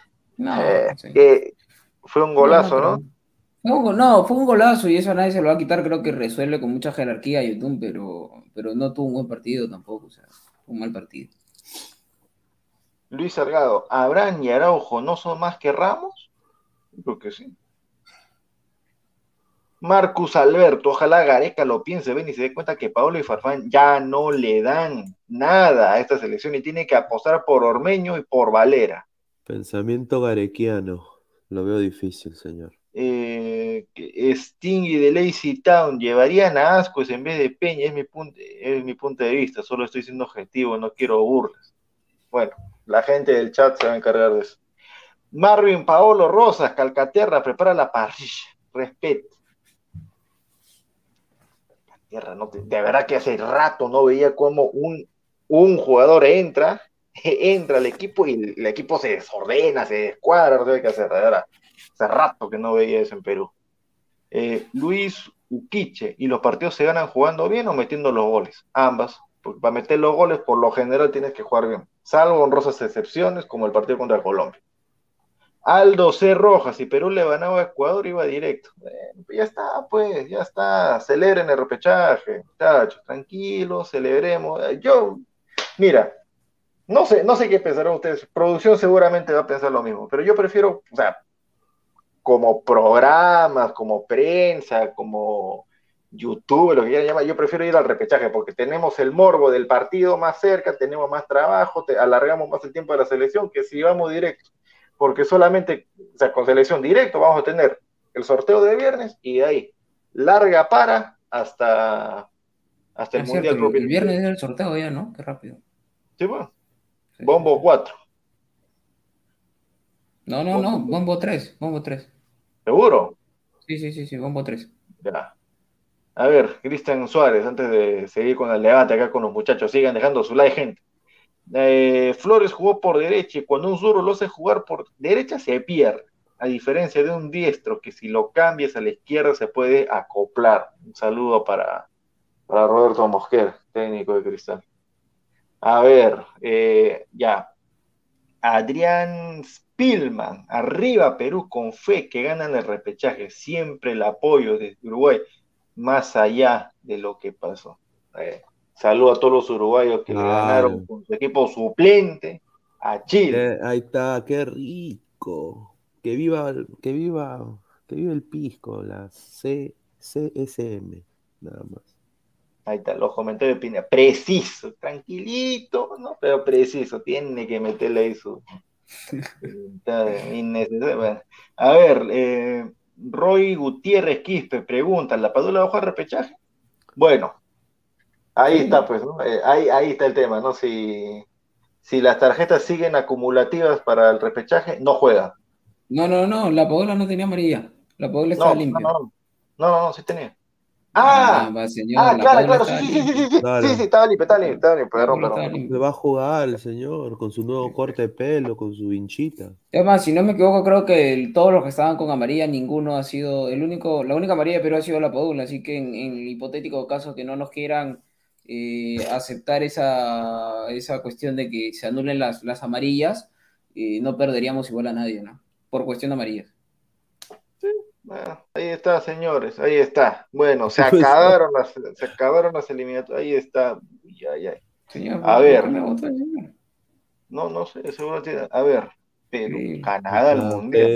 Fue un golazo, ¿no? Fue un golazo y eso a nadie se lo va a quitar, creo que resuelve con mucha jerarquía a Yotun, pero no tuvo un buen partido tampoco, o sea, fue un mal partido. Luis Salgado, ¿Abraham y Araujo no son más que Ramos? Creo que sí. Marcus Alberto, ojalá Gareca lo piense, ven y se dé cuenta que Paolo y Farfán ya no le dan nada a esta selección y tiene que apostar por Ormeño y por Valera. Pensamiento garequiano, lo veo difícil, señor. Stingy de Lazy Town, ¿llevarían a Ascuez en vez de Peña? Es mi punto de vista, solo estoy siendo objetivo, no quiero burlas. Bueno, la gente del chat se va a encargar de eso. Marvin Paolo Rosas, Calcaterra, prepara la parrilla. Respeto. Calcaterra, de verdad que hace rato no veía cómo un jugador entra al equipo y el equipo se desordena, se descuadra, no sabe qué hacer. De verdad. Hace rato que no veía eso en Perú. Luis Uquiche, ¿y los partidos se ganan jugando bien o metiendo los goles? Ambas. Porque para meter los goles, por lo general tienes que jugar bien, salvo honrosas excepciones, como el partido contra Colombia. Aldo C. Rojas, si Perú le ganaba a Ecuador, iba directo. Ya está, celebren el repechaje, muchachos, tranquilos, celebremos. Mira, no sé qué pensarán ustedes, producción seguramente va a pensar lo mismo, pero yo prefiero, o sea, como programas, como prensa, como YouTube, lo que quieran llamar, yo prefiero ir al repechaje porque tenemos el morbo del partido más cerca, tenemos más trabajo, alargamos más el tiempo de la selección que si vamos directo, porque solamente, o sea, con selección directo vamos a tener el sorteo de viernes y de ahí larga para hasta el Mundial propio. El viernes es el sorteo ya, ¿no? Qué rápido. Sí, bueno. Bombo 4. No, Bombo 3. ¿Seguro? Sí, Bombo 3. Ya. A ver, Cristian Suárez, antes de seguir con el debate acá con los muchachos, sigan dejando su like, gente. Flores jugó por derecha y cuando un zurdo lo hace jugar por derecha se pierde, a diferencia de un diestro que si lo cambias a la izquierda se puede acoplar. Un saludo para Roberto Mosquera, técnico de Cristal. A ver, ya. Adrián Spillman, arriba Perú con fe que ganan el repechaje, siempre el apoyo de Uruguay, más allá de lo que pasó. Saludo a todos los uruguayos que le ganaron con su equipo suplente a Chile. Ahí está, qué rico. Que viva el pisco, la CSM, nada más. Ahí está, los comentarios de Pina. Preciso, tranquilito, ¿no? Pero preciso, tiene que meterle ahí su... innecesario. Bueno. A ver, Roy Gutiérrez Quispe pregunta, ¿la Padula va a jugar repechaje? Bueno, ahí está, pues, ¿no? Ahí está el tema, ¿no? Si las tarjetas siguen acumulativas para el repechaje, no juega. No, la Padula no tenía amarilla. La Padula estaba limpia. No, sí tenía. Señor, claro, sí, estaba limpio, perdón. Le va a jugar el señor con su nuevo corte de pelo, con su vinchita. Además, si no me equivoco, creo que todos los que estaban con amarilla, ninguno ha sido, la única amarilla de Perú ha sido la Padula, así que en el hipotético caso que no nos quieran aceptar esa cuestión de que se anulen las amarillas, no perderíamos igual a nadie, ¿no? Por cuestión de amarillas. Bueno, ahí está, señores, ahí está. Bueno, se acabaron las eliminatorias, ahí está. Señor, a ver. No sé, seguro tiene. A ver, Perú, Canadá al Mundial.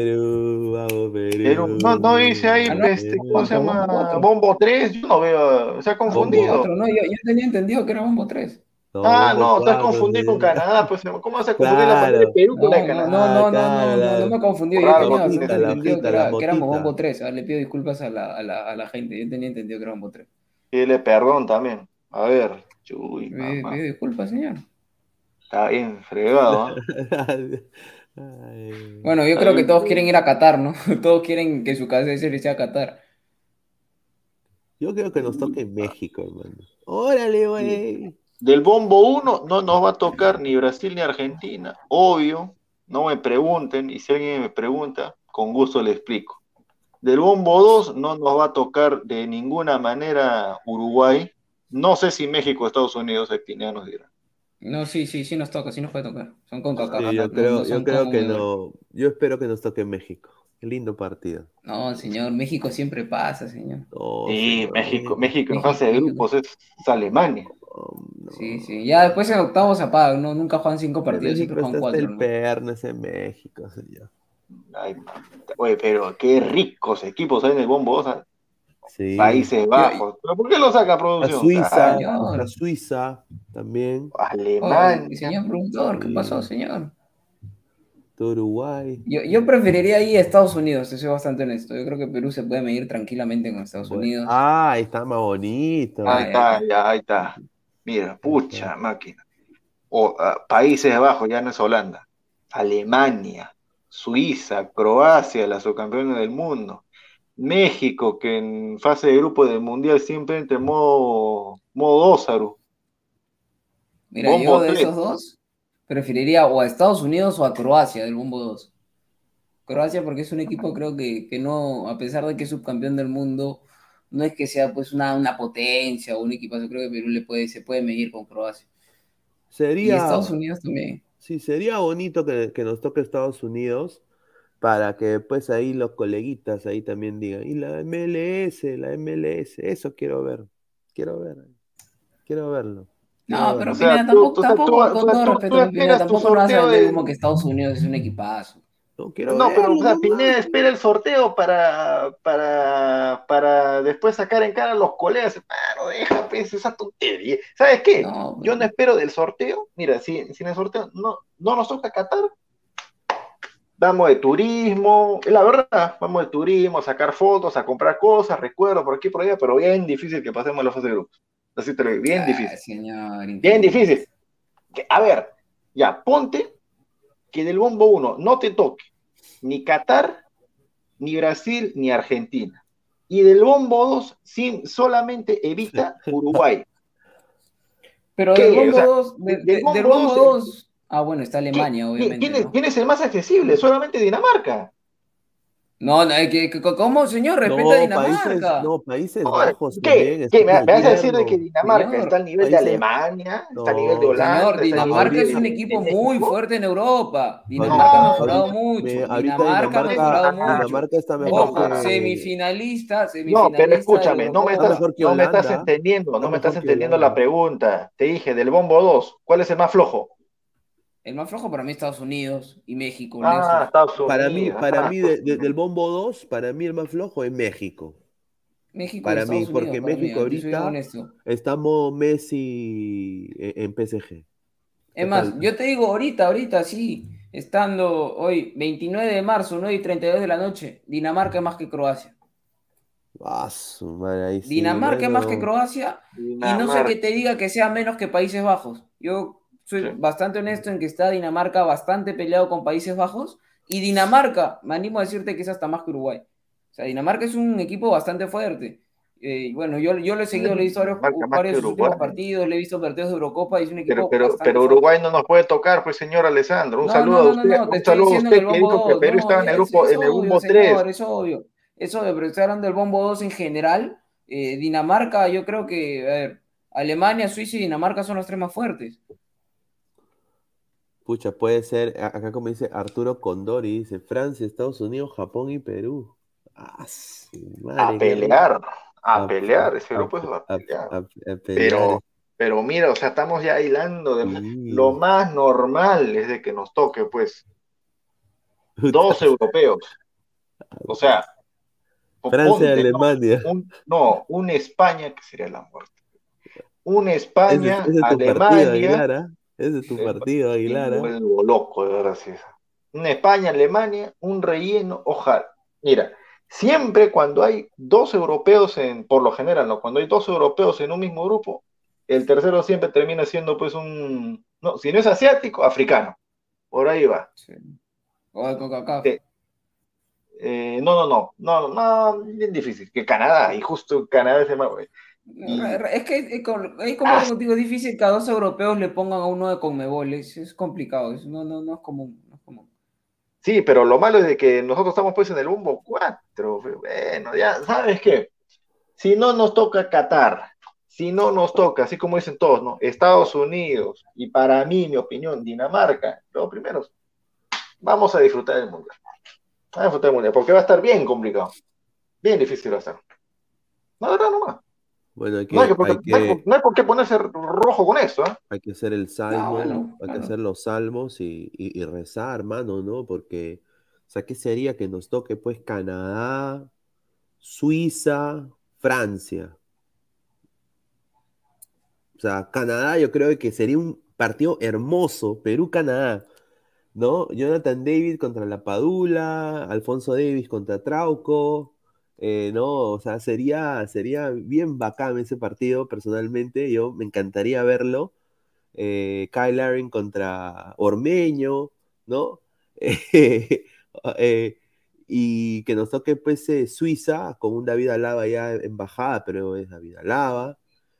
Perú, no dice ahí, ¿cómo se llama? Bombo 3, yo no veo, se ha confundido. Bombo 4, no, yo tenía entendido que era Bombo 3. No, estás confundido con Canadá, pues, ¿cómo vas a confundir la bandera de Perú con la de Canadá? No me confundí, yo tenía entendido que éramos Bombo 3, le pido disculpas a la gente, yo tenía entendido que era Bombo 3. Pídele perdón también, a ver, pido disculpas, señor. Está bien fregado, Bueno, yo creo que todos quieren ir a Qatar, ¿no? Todos quieren que su casa se sea Qatar. Yo creo que nos toque México, hermano. ¡Órale, güey! Del Bombo 1 no nos va a tocar ni Brasil ni Argentina, obvio, no me pregunten, y si alguien me pregunta, con gusto le explico. Del Bombo 2 no nos va a tocar de ninguna manera Uruguay, no sé si México o Estados Unidos, aquí ya nos dirán. No, sí nos toca, sí nos puede tocar. Son con CONCACAF. Sí, yo creo que no. Yo espero que nos toque México. Qué lindo partido. No, señor, México siempre pasa, señor. No, sí, señor. México en fase de grupos es Alemania. No. Sí. Ya después en octavos se apaga, ¿no? Nunca juegan 5 partidos, siempre juegan 4. El pernes en México, señor. Ay, oye, pero qué ricos equipos hay en el Bombo, ¿sabes? Sí. Países Bajos. ¿Pero por qué lo saca producción? La Suiza también. Alemania. Señor productor, ¿qué pasó, señor? Uruguay. Yo preferiría ir a Estados Unidos, te soy bastante honesto. Yo creo que Perú se puede medir tranquilamente con Estados Unidos. Ahí está más bonito. Ahí está, ya, ahí está. Mira, pucha, máquina. Países Bajos, ya no es Holanda. Alemania, Suiza, Croacia, la subcampeona del mundo. México, que en fase de grupo del Mundial siempre entra en modo Ósaro. Mira, Bombo yo de 3. esos dos preferiría o a Estados Unidos o a Croacia del Bombo 2. Croacia porque es un equipo creo que no, a pesar de que es subcampeón del mundo, no es que sea pues una potencia o un equipazo, creo que Perú se puede medir con Croacia. Y Estados Unidos también. Sí, sería bonito que nos toque Estados Unidos para que pues ahí los coleguitas ahí también digan, y la MLS, eso quiero verlo. No, pero O sea, Pineda, tampoco, con todo respeto, Pineda, esperas tu tampoco me vas a sorteo vender como que Estados Unidos es un equipazo. No, quiero No, pero o verlo sea, nomás. Pineda espera el sorteo para después sacar en cara a los colegas. Mano, deja pues, esa tontería. ¿Sabes qué? No, Yo no espero del sorteo. Mira, si en el sorteo no nos toca Qatar, vamos de turismo. La verdad, vamos de turismo, a sacar fotos, a comprar cosas, recuerdos por aquí y por allá, pero bien difícil que pasemos la fase de grupos. Así te lo digo, bien difícil. Señor, Bien difícil. A ver, ya, ponte que del bombo 1 no te toque ni Qatar, ni Brasil, ni Argentina. Y del bombo 2 solamente evita Uruguay. Pero ¿Qué? del bombo O sea, 2, del del bombo 2, bueno, está Alemania, obviamente, ¿no? ¿Quién es el más accesible? Solamente Dinamarca. No, ¿cómo, señor? Respeta a Dinamarca. Países Oye, Bajos ¿qué? también. ¿Qué? ¿Me vas a decir de que Dinamarca Señor, está al nivel de Alemania? ¿Está al nivel de Holanda? Señor, ¿Está al nivel Dinamarca es un de equipo muy México? fuerte en Europa. Dinamarca ha mejorado mucho. Ahorita Dinamarca ha mejorado mucho. Dinamarca está mejor Ojo, que... semifinalista No, pero de escúchame, la no me Eurocopa. estás entendiendo, no me estás entendiendo la pregunta. Te dije, del bombo 2, ¿cuál es el más flojo? El más flojo para mí Estados Unidos y México, Ah, lejos. Estados Unidos. Para mí del bombo 2, para mí el más flojo es México. México y Para mí, Estados Unidos, porque para mí, México yo soy bien ahorita honesto. está modo Messi en PSG. Es más, yo te digo ahorita, sí, estando hoy 29 de marzo, 9:32 de la noche, Dinamarca es más que Croacia. Su madre, ahí sí, Dinamarca es más que bueno. Croacia y no sé qué te diga que sea menos que Países Bajos. Yo soy bastante honesto en que está Dinamarca bastante peleado con Países Bajos y Dinamarca, me animo a decirte que es hasta más que Uruguay. O sea, Dinamarca es un equipo bastante fuerte. Bueno, yo lo he seguido, le he visto varios de sus últimos partidos, le he visto partidos de Eurocopa y es un equipo bastante pero fuerte. Uruguay no nos puede tocar, pues señor Alessandro. Un saludo a usted, te un estoy saludo a diciendo en usted el que bombo dijo que 2. Perú No, estaba en el es grupo, en el obvio, bombo 3. señor, es obvio, pero estoy hablando del bombo 2 en general. Dinamarca, yo creo que, a ver, Alemania, Suiza y Dinamarca son los tres más fuertes. Pucha, puede ser, acá como dice Arturo Condori, dice Francia, Estados Unidos, Japón y Perú. A pelear, ese grupo es a pelear. A pelear. Pero mira, o sea, estamos ya hilando lo más normal es de que nos toque, pues, 2 europeos. O sea, Francia y Alemania. Un España, que sería la muerte. Un España, ese es tu Alemania. Partido, Aguilar, ¿eh? Ese es tu partido, Aguilar. Me vuelvo loco, de verdad, sí. Un España, Alemania, un relleno, ojalá. Mira, siempre cuando hay 2 europeos, por lo general, ¿no? Cuando hay 2 europeos en un mismo grupo, el tercero siempre termina siendo, pues, no, si no es asiático, africano. Por ahí va. Sí. O de CONCACAF. No, bien difícil. Que Canadá, y justo Canadá se llama. Es que, como contigo, es difícil que a 2 europeos le pongan a uno de Conmebol. Es complicado, no es común. Sí, pero lo malo es de que nosotros estamos pues en el bombo 4. Bueno, ya, ¿sabes qué? Si no nos toca Qatar, si no nos toca, así como dicen todos, ¿no? Estados Unidos, y para mí, mi opinión, Dinamarca, los primeros, vamos a disfrutar del Mundial. Vamos a disfrutar del Mundial, porque va a estar bien complicado. Bien difícil va a estar. No, nomás. Bueno, no hay por qué ponerse rojo con eso, ¿eh? Hay que hacer el salmo, hay que hacer los salmos y rezar, hermano, ¿no? Porque, o sea, ¿qué sería que nos toque, pues, Canadá, Suiza, Francia? O sea, Canadá yo creo que sería un partido hermoso, Perú-Canadá. ¿no? Jonathan David contra La Padula, Alfonso Davis contra Trauco, ¿no? O sea, sería bien bacán ese partido, personalmente, yo me encantaría verlo. Kyle Larin contra Ormeño, ¿no? Eh, y que nos toque pues Suiza con un David Alaba ya en bajada, pero es David Alaba.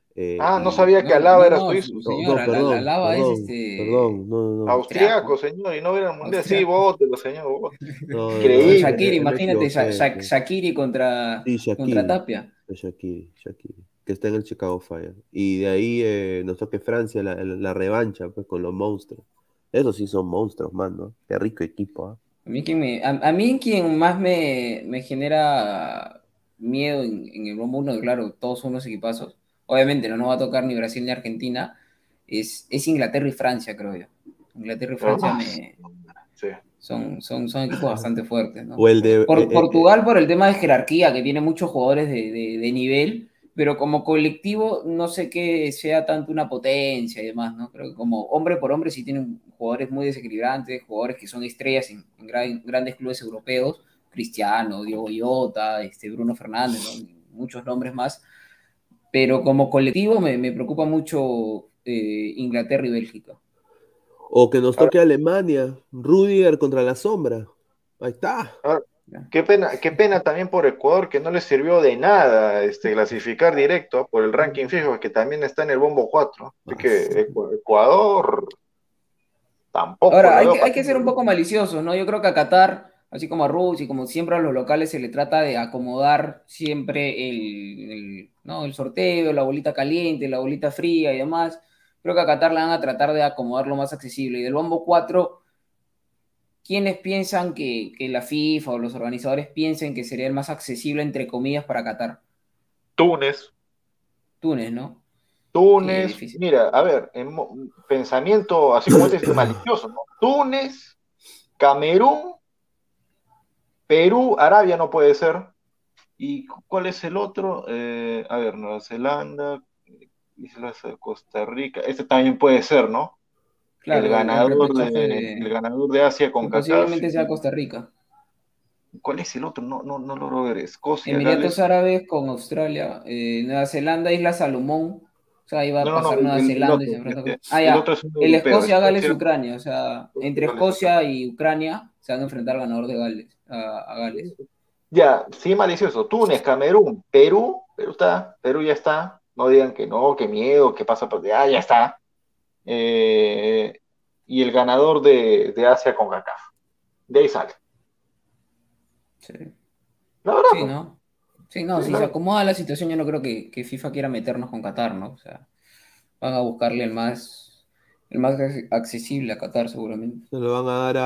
No Y sabía que No, Alaba no, era no, suizo. no, señora, la perdón, lava es perdón, perdón, no, no, no. Austriaco, austriaco, señor, y no ver el mundial. Sí, austriaco. bótelo, señor, bótelo. No, no, no, No, Increíble. Shakiri, me imagínate, equivoqué. Shakiri Sí, contra Shaqiri, Tapia. Shaqiri, que está en el Chicago Fire. Y de ahí nos toque Francia, la revancha, pues, con los monstruos. Esos sí son monstruos, man, ¿no? Qué rico equipo, ¿ah? A mí quien más me genera miedo en el bombo 1, claro, todos son unos equipazos. Obviamente no nos va a tocar ni Brasil ni Argentina. Es Inglaterra y Francia, creo yo. Inglaterra y Francia Sí. son equipos bastante fuertes, ¿no? O el de... Portugal por el tema de jerarquía, que tiene muchos jugadores de nivel, pero como colectivo no sé que sea tanto una potencia y demás, ¿no? Creo que como hombre por hombre sí tienen jugadores muy desequilibrantes, jugadores que son estrellas en grandes clubes europeos, Cristiano, Diego Llota, Bruno Fernández, ¿no? Muchos nombres más, pero como colectivo me preocupa mucho Inglaterra y Bélgica. O que nos Ahora, toque Alemania, Rudiger contra la sombra. Ahí está. ahora, qué pena también por Ecuador, que no les sirvió de nada clasificar directo por el ranking fijo, que también está en el bombo 4. Así que Ecuador tampoco Ahora, lo veo hay que pasando ser un bien. poco maliciosos, ¿no? Yo creo que a Qatar, así como a Rusia y como siempre a los locales se le trata de acomodar siempre ¿no? el sorteo, la bolita caliente, la bolita fría y demás. Creo que a Qatar le van a tratar de acomodar lo más accesible. Y del bombo 4, ¿quiénes piensan que la FIFA o los organizadores piensen que sería el más accesible, entre comillas, para Qatar? Túnez, Túnez, ¿no? Qué Túnez, difícil. mira, a ver, pensamiento así como este malicioso, ¿no? Túnez, Camerún, Perú, Arabia no puede ser. ¿Y cuál es el otro? A ver, Nueva Zelanda, Islas de Costa Rica. Este también puede ser, ¿no? El Claro, el ganador repechaje el ganador de Asia con que CACAF. posiblemente sea Costa Rica. ¿Cuál es el otro? No logro ver. Escocia, Emiratos Gales. Árabes con Australia, Nueva Zelanda, Isla Salomón, o sea, ahí va a No, pasar Nueva el Zelanda y se otro. enfrenta El otro ya, es un el europeo. Escocia, Gales, Escocia, Ucrania, o sea, entre Gales, Ucrania. Escocia y Ucrania se van a enfrentar al ganador de Gales, a Gales. Ya, sí, malicioso. Túnez, Camerún, Perú ya está. No digan que no, que miedo, que pasa por ya está. Eh, y el ganador de Asia con CACAF. De ahí sale. Sí, La verdad, sí, pues. ¿no? Sí, no, Sí, si se acomoda la situación, yo no creo que FIFA quiera meternos con Qatar, ¿no? O sea, van a buscarle el más accesible a Qatar, seguramente. Se lo van a dar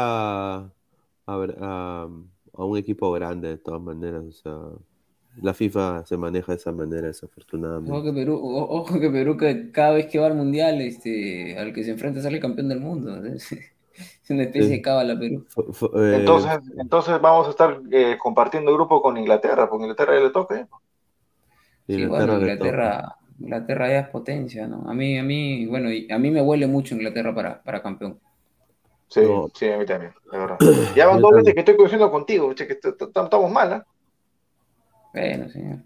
a un equipo grande, de todas maneras. O sea, la FIFA se maneja de esa manera, desafortunadamente. Ojo que Perú que cada vez que va al mundial, al que se enfrenta sale campeón del mundo. Es una especie de Sí. cábala Perú. entonces vamos a estar compartiendo grupo con Inglaterra, porque Inglaterra ya le toca. Sí, bueno, Inglaterra le toca. Inglaterra ya es potencia, ¿no? Bueno, a mí me huele mucho Inglaterra para campeón. Sí, No, sí, a mí también, de verdad. Ya van yo dos veces también. que estoy coincidiendo contigo, che, que estamos mal, ¿eh? Bueno, señor.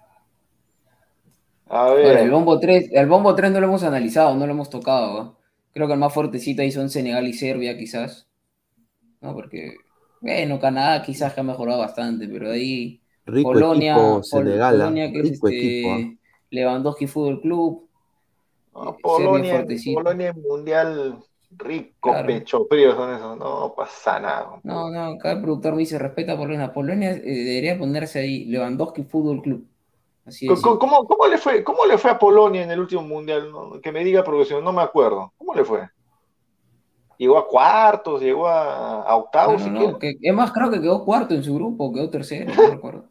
A Ahora, ver, el bombo 3 no lo hemos analizado, no lo hemos tocado, ¿no? Creo que el más fuertecito ahí son Senegal y Serbia, quizás, ¿no? Porque, bueno, Canadá quizás que ha mejorado bastante, pero ahí Rico equipo Senegal, ¿ah? Polonia que es Rico equipo, ¿ah? Lewandowski Fútbol Club, no, Serbia fuertecito, Polonia en mundial rico, claro. pecho frío son esos, no pasa nada con No, Polonia. no, acá el productor me dice, respeta a Polonia. Polonia debería ponerse ahí, Lewandowski Fútbol Club, así de simple. ¿Cómo le fue a Polonia en el último mundial? No, que me diga porque si no, no me acuerdo. ¿Cómo le fue? ¿Llegó a cuartos? ¿Llegó a No, octavos no, siquiera? no, es más, creo que quedó cuarto en su grupo, quedó tercero, no recuerdo.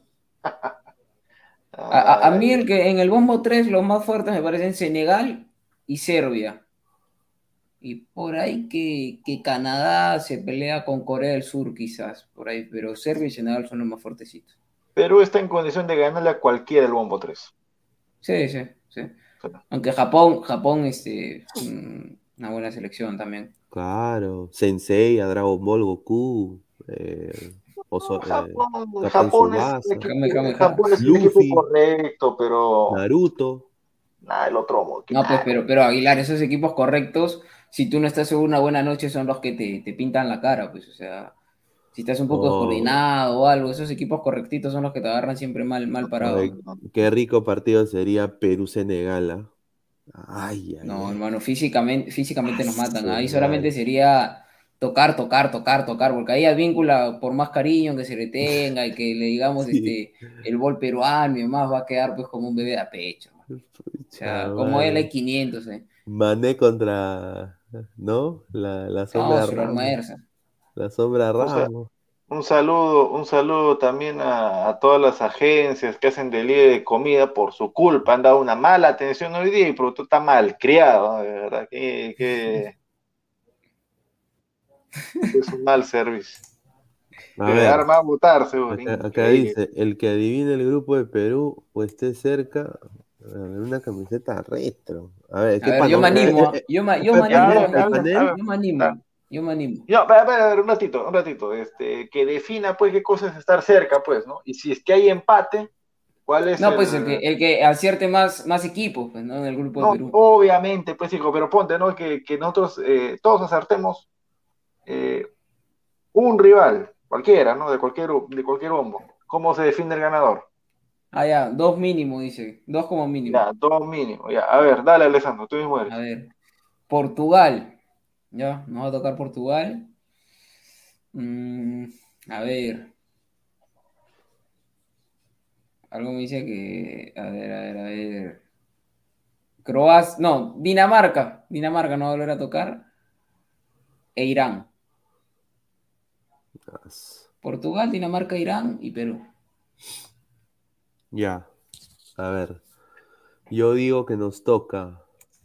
A mí Ay, en el bombo 3 los más fuertes me parecen Senegal y Serbia. Y por ahí que Canadá se pelea con Corea del Sur quizás, por ahí, pero Serbia y Senegal son los más fuertecitos. Perú está en condición de ganarle a cualquiera del bombo 3. Sí, sí, sí. Aunque Japón, una buena selección también. Claro, Sensei, a Dragon Ball Goku, Captain Japón es Tsubasa, Japón es el equipo Luffy, correcto, pero Naruto. nada, el otro, No, pues, pero Aguilar, esos equipos correctos, si tú no estás en una buena noche, son los que te pintan la cara, pues, o sea, si estás un poco Oh, descoordinado o algo, esos equipos correctitos son los que te agarran siempre mal parado. ay, qué rico partido sería Perú-Senegal. ¿Ah? Ay, ay, No, ay. hermano, físicamente nos matan. Su Ahí solamente madre. sería tocar, porque ahí Advíncula, por más cariño que se le tenga y que le digamos Sí, el gol peruano y demás, va a quedar pues como un bebé de a pecho. O pucha sea, como él hay madre. 500, Mané contra, ¿no? La No, sombra se lo Ramos. almuerza. La sombra o sea, Ramos. un saludo también a todas las agencias que hacen delivery de comida por su culpa. Han dado una mala atención hoy día y el producto está mal criado, ¿no? De verdad que es un mal servicio. A De ver, arma a botar, seguro, acá increíble. dice, el que adivine el grupo de Perú o esté cerca, una camiseta retro. A ver, A ¿qué ver, yo pasa? me animo, ¿ah? Yo me Ya, animo, a ver, a Aguilar. ver. Yo me Ah, animo. Yo me animo. ya, a ver, un ratito, que defina pues qué cosa es estar cerca, pues, ¿no? Y si es que hay empate, ¿cuál es No, pues el...? el que acierte más equipos, pues, ¿no? En el grupo de No, Perú. obviamente, pues, hijo, pero ponte, ¿no? Que nosotros todos acertemos eh, un rival, cualquiera, ¿no? De cualquier bombo. ¿Cómo se define el ganador? Ah, ya, dos mínimo, dice. Dos como mínimo. Ya, dos mínimo, ya. A ver, dale, Alessandro, tú mismo A eres. ver. Portugal. Ya, nos va a tocar Portugal. Mm, a ver. Algo me dice que. A ver. Croacia. No, Dinamarca. Dinamarca no va a volver a tocar. E Irán. Portugal, Dinamarca, Irán y Perú. Ya, a ver. Yo digo que nos toca.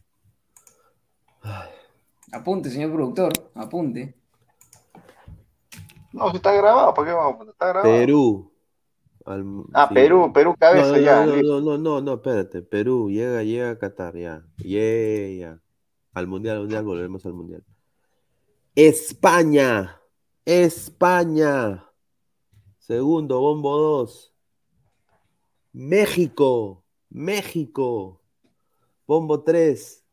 Apunte, señor productor. Apunte. No, si está grabado, ¿para qué vamos? Está grabado. Perú. Ah, Sí. Perú No, cabeza, no, no, ya, no, listo. no, no, no, no, espérate. Perú, llega a Qatar, ya. Ya. Al mundial, volvemos al mundial. España. España. Segundo, bombo 2. México. México. Bombo 3.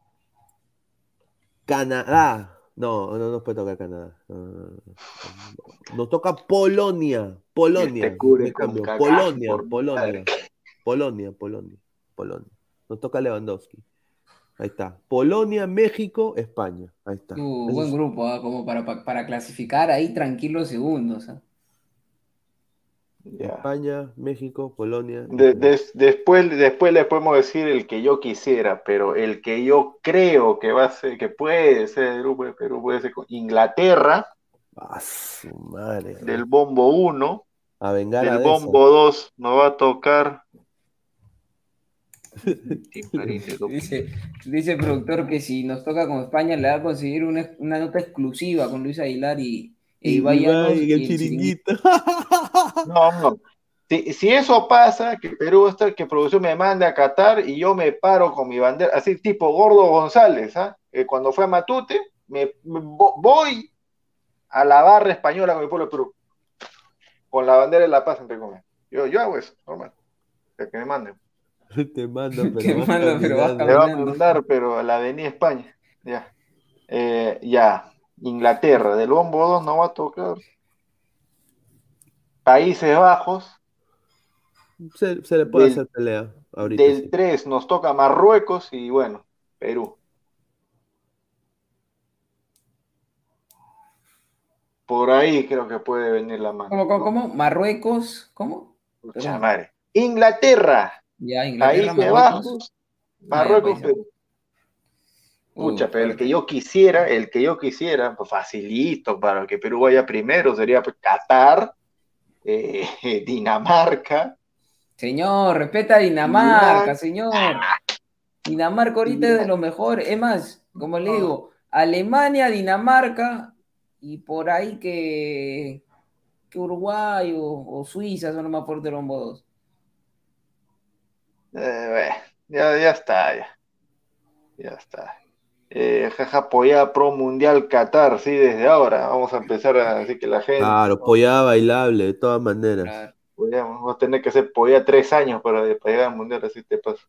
Canadá. No, no nos puede tocar Canadá. Nos toca Polonia. Te Polonia. cubre Me con cambio. cagaz, Polonia. por mi madre. Polonia. Nos toca Lewandowski. Ahí está. Polonia, México, España. Ahí está. Buen grupo, ¿ah? Como para clasificar ahí tranquilos segundos. ¿Ah? Ya. España, México, Polonia y Perú. Después le podemos decir el que yo quisiera, pero el que yo creo que va a ser, que puede ser el grupo de Perú, puede ser con Inglaterra, Su madre. del bombo 1, A vengar a del Deza. bombo 2 nos va a tocar. Dice el productor que si nos toca con España le va a conseguir una nota exclusiva con Luis Aguilar e Ibai Llanos En y el el Chiringuito. chiringuito. No. Si eso pasa, que Perú está, que producción me mande a Qatar y yo me paro con mi bandera, así tipo Gordo González, ¿ah? Cuando fue a Matute, voy a la barra española con mi pueblo de Perú, con la bandera de la paz, entre comillas. Yo hago eso, normal. O sea, que me manden. Te mando, Te pero vas mando, pero vas Me va a caminando. mandar, pero a la Avenida España. Ya. Ya. Inglaterra, del bombo 2 no va a tocar. Países Bajos. Se le puede hacer pelea ahorita, Del sí. 3 nos toca Marruecos y bueno, Perú. Por ahí creo que puede venir la mano. ¿Cómo? ¿Marruecos? ¿Cómo? Pucha madre. Inglaterra, Ya, Inglaterra, Países Marruecos. Bajos, Ah, ya, Marruecos, Perú. Pucha, pero fuerte. el que yo quisiera, pues facilito para que Perú vaya primero, sería pues, Qatar, Dinamarca. Señor, respeta a Dinamarca, señor. Dinamarca ahorita es de lo mejor. Es más, como le digo, Alemania, Dinamarca y por ahí que Uruguay o Suiza son los más fuertes de los modos. Ya está, ya está. Jaja, apoyada pro mundial Qatar, sí, desde ahora. Vamos a empezar a decir que la gente, Claro, pollada bailable, de todas maneras. Claro. vamos a tener que hacer polla 3 años para llegar al mundial, así te pasa.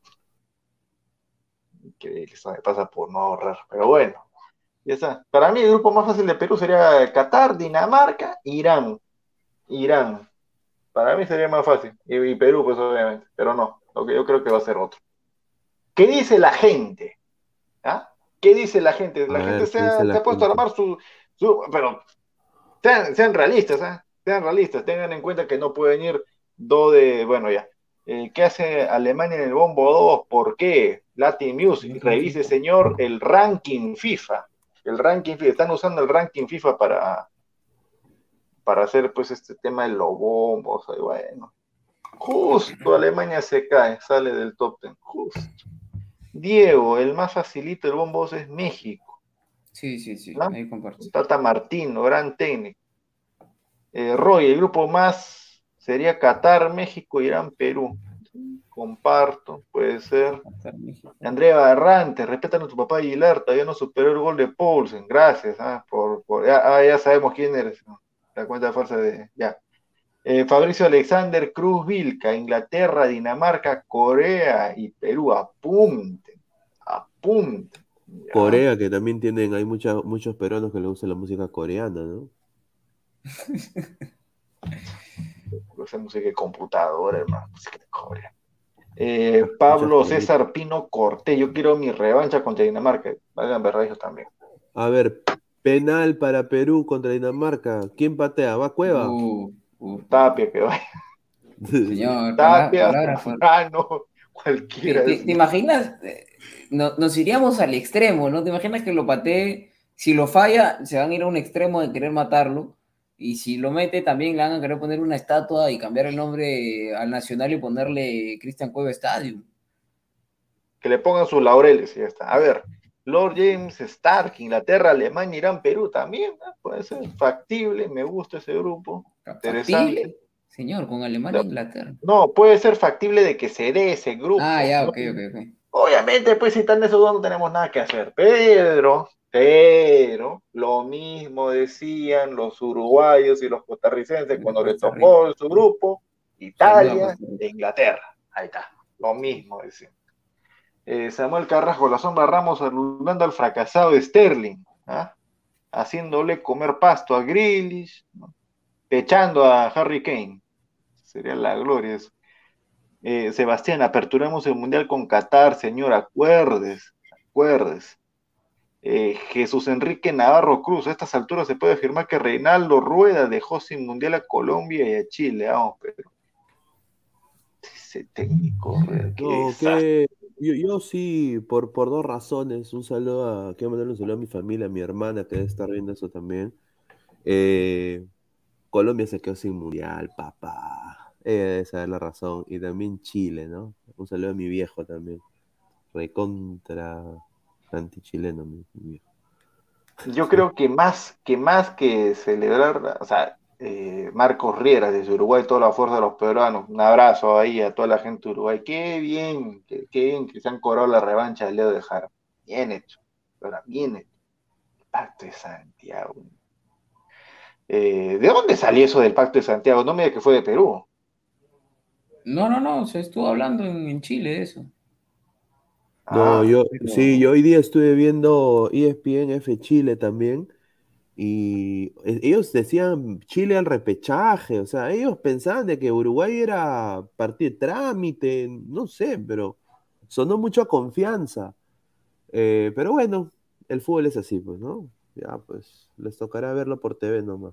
Que eso me pasa por no ahorrar, pero bueno, ya está. Para mí el grupo más fácil de Perú sería Qatar, Dinamarca, Irán. Irán. Para mí sería más fácil. Y Perú, pues obviamente, pero no, lo que yo creo que va a ser otro. ¿Qué dice la gente? ¿Ah? ¿Qué dice la gente? A La gente ver, ¿qué dice se la ha puesto a gente? armar pero sean realistas, ¿eh? Sean realistas, tengan en cuenta que no pueden ir bueno, ya. ¿Qué hace Alemania en el Bombo 2? ¿Por qué? Latin Music, revise, señor, el ranking FIFA. El ranking FIFA, están usando el ranking FIFA para hacer pues este tema de los bombos, y bueno. Justo Alemania se cae, sale del top 10, justo. Diego, el más facilito del bombo 2 es México. Sí, ¿No? ahí comparto. Tata Martino, gran técnico. Roy, el grupo más sería Qatar, México, Irán, Perú. Comparto, puede ser. Andrea Barrante, respetan a tu papá Aguilar, todavía no superó el gol de Poulsen. Gracias, ya sabemos quién eres. ¿No? La cuenta falsa de. Ya. Fabricio Alexander, Cruz Vilca, Inglaterra, Dinamarca, Corea y Perú. Apunten. Ya. Corea, que también hay muchos peruanos que le gustan la música coreana, ¿no? Esa música de computadora, hermano, música de Corea. Pablo César Pino Cortés, yo quiero mi revancha contra Dinamarca. Vayan verdad ellos también. A ver, penal para Perú contra Dinamarca. ¿Quién patea? ¿Va Cueva? Tapia, que vaya. Señor, Tapia, palabra fuerte. Cualquiera. ¿Te imaginas? Nos iríamos al extremo, ¿no? ¿Te imaginas que lo patee? Si lo falla, se van a ir a un extremo de querer matarlo. Y si lo mete, también le van a querer poner una estatua y cambiar el nombre al Nacional y ponerle Cristian Cueva Stadium. Que le pongan sus laureles y ya está. A ver, Lord James Stark, Inglaterra, Alemania, Irán, Perú también, ¿no? Puede ser factible, me gusta ese grupo. Interesante. Señor, con Alemania e Inglaterra. No, puede ser factible de que se dé ese grupo. Ah, ya, ¿no? ok. Obviamente, pues si están esos dos no tenemos nada que hacer. Pero, lo mismo decían los uruguayos y los costarricenses cuando les tocó su grupo, Italia e Inglaterra. Ahí está, lo mismo decían. Samuel Carrasco, la sombra Ramos saludando al fracasado Sterling, ¿ah? Haciéndole comer pasto a Grealish, ¿no? Pechando a Harry Kane. Sería la gloria eso. Sebastián, aperturamos el Mundial con Qatar, señor, acuerdes. Jesús Enrique Navarro Cruz, a estas alturas se puede afirmar que Reinaldo Rueda dejó sin Mundial a Colombia y a Chile. Vamos, pero ese técnico, yo sí, por dos razones. Quiero mandarle un saludo a mi familia, a mi hermana que debe estar viendo eso también. Colombia se quedó sin mundial, papá. Ella debe saber la razón. Y también Chile, ¿no? Un saludo a mi viejo también. Recontra antichileno, mi viejo. Yo creo que más que celebrar, o sea, Marcos Riera desde Uruguay, toda la fuerza de los peruanos, un abrazo ahí a toda la gente de Uruguay, qué bien que se han cobrado la revancha del Leo de Jara, bien hecho, pero bien hecho. Pacto de Santiago. ¿De dónde salió eso del Pacto de Santiago? No me digas que fue de Perú. No, se estuvo hablando en Chile de eso. No, yo hoy día estuve viendo ESPN F Chile también, y ellos decían Chile al repechaje, o sea, ellos pensaban de que Uruguay era partido de trámite, no sé, pero sonó mucho a confianza. Pero bueno, el fútbol es así, pues, ¿no? Ya, pues, les tocará verlo por TV nomás.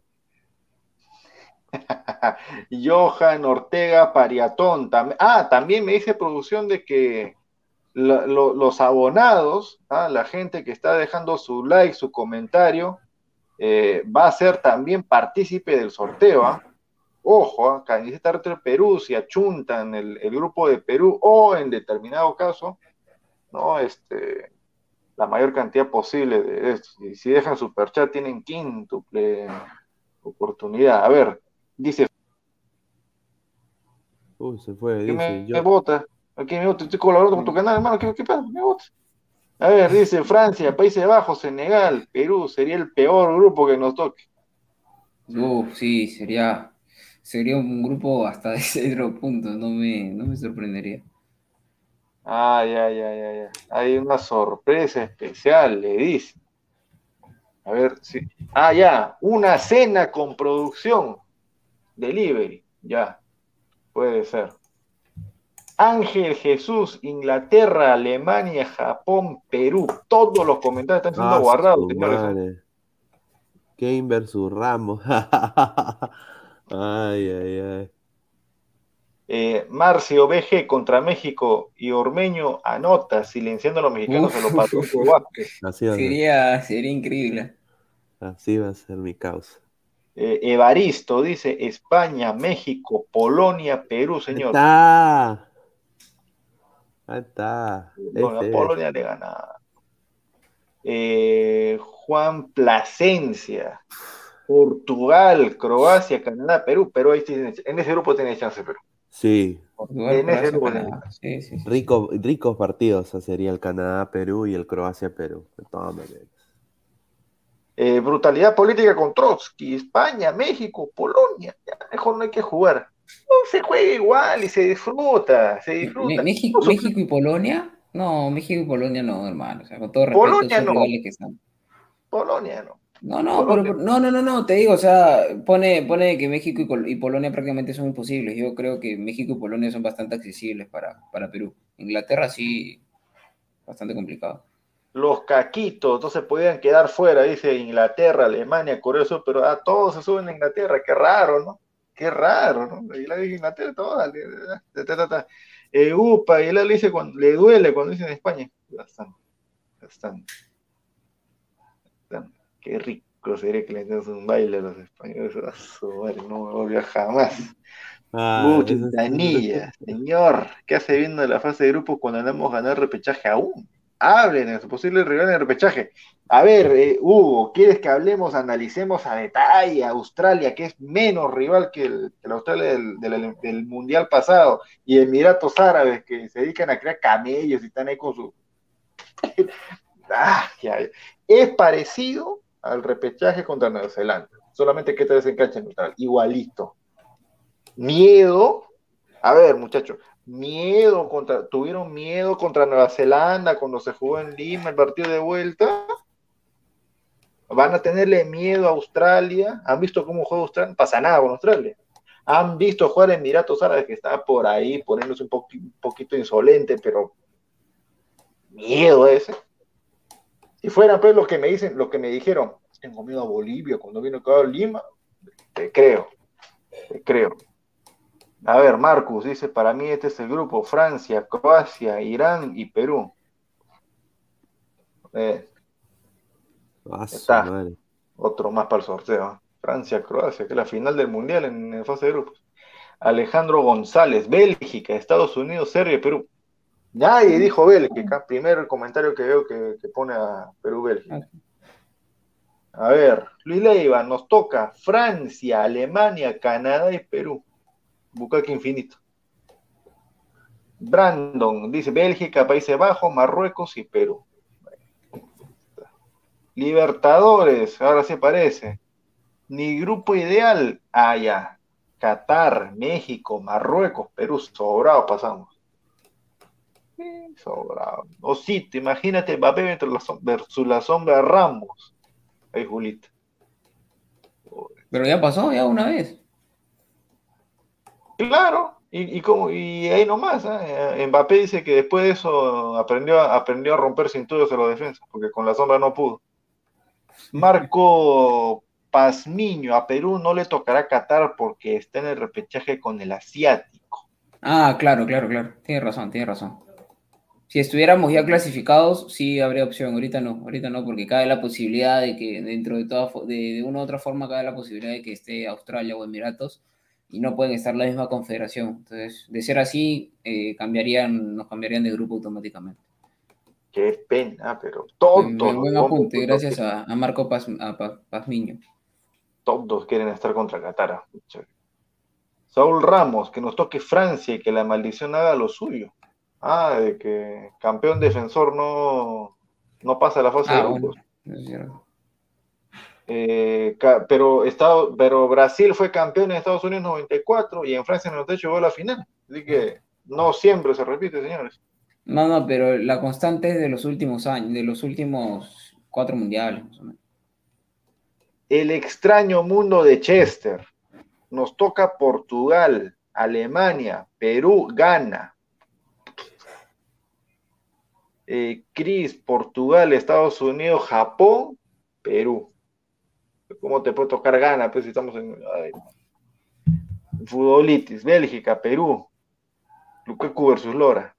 Johan Ortega Pariatón, también me dice producción de que los abonados, la gente que está dejando su like, su comentario, va a ser también partícipe del sorteo. Ojo, camiseta Retro Perú, si achuntan el grupo de Perú o en determinado caso, ¿no? La mayor cantidad posible de esto. Y si dejan superchat tienen quíntuple oportunidad. A ver, dice. Se fue, dice. Me vota. Aquí me vota, estoy colaborando con tu canal, hermano. ¿Qué pasa? Me vota. A ver, dice Francia, Países Bajos, Senegal, Perú, sería el peor grupo que nos toque. Sí, sería un grupo hasta de 0 puntos, no me sorprendería. Ya. Hay una sorpresa especial, le dice. A ver si. Ya, una cena con producción. Delivery, ya, puede ser. Ángel Jesús, Inglaterra, Alemania, Japón, Perú. Todos los comentarios están siendo guardados, Su señores. madre. Kane versus Ramos. Ay. Marcio BG contra México y Ormeño anota, silenciando a los mexicanos a los patrón de Vázquez. Así va a ser. Sería increíble. Así va a ser mi causa. Evaristo dice España, México, Polonia, Perú, señor. Ahí está. A Polonia le gana. Juan Plasencia, Portugal, Croacia, Canadá, Perú. Perú ahí en ese grupo tiene chance, Perú. Sí. Portugal, en ese Croacia, grupo Canadá. Sí. Ricos partidos sería el Canadá-Perú y el Croacia-Perú. De todas maneras. Brutalidad política con Trotsky, España, México, Polonia. Ya, mejor no hay que jugar. No, se juega igual y se disfruta. ¿México y Polonia? No, México y Polonia no, hermano. O sea, con todo respeto, Polonia son no. rivales que están. Polonia no. No, te digo, o sea, pone que México y Polonia prácticamente son imposibles. Yo creo que México y Polonia son bastante accesibles para Perú. Inglaterra sí, bastante complicado. Los caquitos, entonces podían quedar fuera, dice Inglaterra, Alemania, Corea del Sur, pero todos se suben a Inglaterra, qué raro, ¿no? Qué raro, ¿no? Y la dice Inglaterra, toda. Upa, y él le dice cuando le duele cuando dicen España. Bastante. Qué rico sería que le den un baile a los españoles. No me volvió jamás. Quintanilla, señor, ¿qué hace viendo la fase de grupos cuando andamos a ganar repechaje aún? Hablen de su posible rival en el repechaje. A ver, Hugo, ¿quieres que hablemos, analicemos a detalle a Australia, que es menos rival que la Australia del Mundial pasado, y Emiratos Árabes, que se dedican a crear camellos y están ahí con su... ya. Es parecido al repechaje contra Nueva Zelanda, solamente que esta vez en cancha neutral, igualito. Miedo, a ver, muchachos, tuvieron miedo contra Nueva Zelanda cuando se jugó en Lima el partido de vuelta. Van a tenerle miedo a Australia. ¿Han visto cómo juega Australia? No pasa nada con Australia. Han visto jugar en Emiratos Árabes, que está por ahí poniéndose un poquito insolente, pero miedo ese. Si fueran pues lo que me dijeron, tengo miedo a Bolivia cuando vino acá a Lima, te creo. A ver, Marcus dice, para mí este es el grupo, Francia, Croacia, Irán y Perú. Está. Madre. Otro más para el sorteo. Francia, Croacia, que es la final del Mundial en fase de grupos. Alejandro González, Bélgica, Estados Unidos, Serbia y Perú. Nadie dijo Bélgica. Primer comentario que veo que pone a Perú-Bélgica. A ver, Luis Leiva, nos toca Francia, Alemania, Canadá y Perú. Bucaque infinito. Brandon dice Bélgica, Países Bajos, Marruecos y Perú. Libertadores, ahora sí parece. Ni grupo ideal. Ya. Qatar, México, Marruecos, Perú, sobrado pasamos. Sobrado. Osito, imagínate Mbappé versus la sombra de Ramos. Ahí, Julita. Pero ya pasó, ya una vez. Claro, y ahí nomás, Mbappé dice que después de eso aprendió a romper cinturos en la defensa, porque con la sombra no pudo. Marco Pazmiño, a Perú no le tocará Qatar porque está en el repechaje con el asiático. Claro, tienes razón. Si estuviéramos ya clasificados, sí habría opción, ahorita no, porque cabe la posibilidad de que dentro de una u otra forma cabe la posibilidad de que esté Australia o Emiratos, y no pueden estar en la misma confederación. Entonces, de ser así, nos cambiarían de grupo automáticamente. Qué pena, pero todos. Buen apunte, gracias a Marco Pazmiño. Todos quieren estar contra Qatar. Saúl Ramos, que nos toque Francia y que la maldición haga lo suyo. De que campeón defensor no No pasa la fase de grupos. Bueno, es cierto. Pero Brasil fue campeón en Estados Unidos en 94 y en Francia en 98 llegó a la final. Así que no siempre se repite, señores. No, pero la constante es de los últimos años, de los últimos 4 mundiales, más o menos. El extraño mundo de Chester. Nos toca Portugal, Alemania, Perú, Ghana. Cris, Portugal, Estados Unidos, Japón, Perú. ¿Cómo te puede tocar Ghana? Pues si estamos en futbolitis, Bélgica, Perú, Lukaku versus Lora.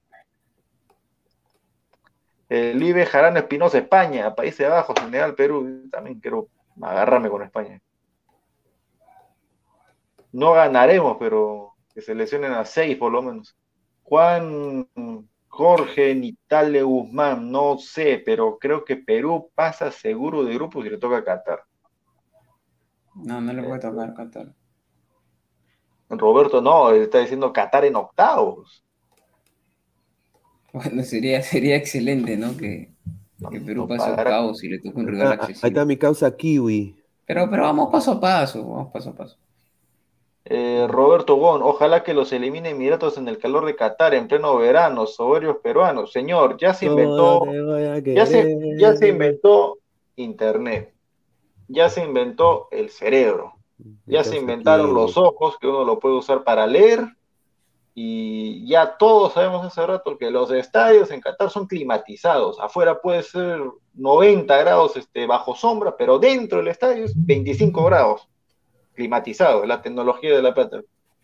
Libe, Jarano, Espinosa, España, Países Bajos, Senegal, Perú. También quiero agarrarme con España. No ganaremos, pero que se lesionen a 6 por lo menos. Juan Jorge Nitale Guzmán, no sé, pero creo que Perú pasa seguro de grupos y le toca a Qatar. No le puede tocar Qatar. Roberto, no, él está diciendo Qatar en octavos. Bueno, sería excelente, ¿no? Que Perú pase octavos y le toque un rival accesible. Ahí está mi causa Kiwi. Pero vamos paso a paso, Roberto Gon, ojalá que los elimine Emiratos en el calor de Qatar en pleno verano, soberbios peruanos. Señor, ya se inventó internet, ya se inventó el cerebro, ya se inventaron los ojos que uno lo puede usar para leer, y ya todos sabemos hace rato que los estadios en Qatar son climatizados. Afuera puede ser 90 grados bajo sombra, pero dentro del estadio es 25 grados. Climatizado, la tecnología de la plata.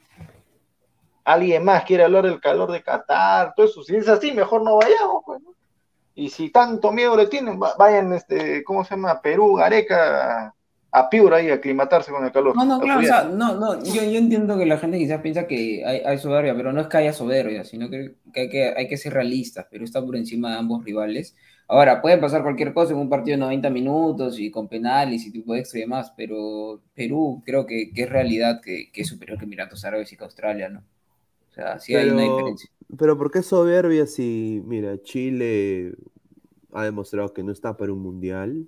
¿Alguien más quiere hablar del calor de Qatar? Todo eso, si es así, mejor no vayamos, pues, ¿no? Y si tanto miedo le tienen, vayan, ¿cómo se llama? Perú, Gareca, a Piura ahí a aclimatarse con el calor. Claro, o sea, yo entiendo que la gente quizás piensa que hay soberbia, pero no es que haya soberbia, sino que hay que ser realistas. Perú está por encima de ambos rivales. Ahora, puede pasar cualquier cosa en un partido de 90 minutos y con penales y tipo extra y demás, pero Perú creo que es realidad que es superior que Emiratos Árabes y que Australia, ¿no? O sea, sí hay una diferencia. Pero ¿por qué soberbia si, mira, Chile ha demostrado que no está para un mundial?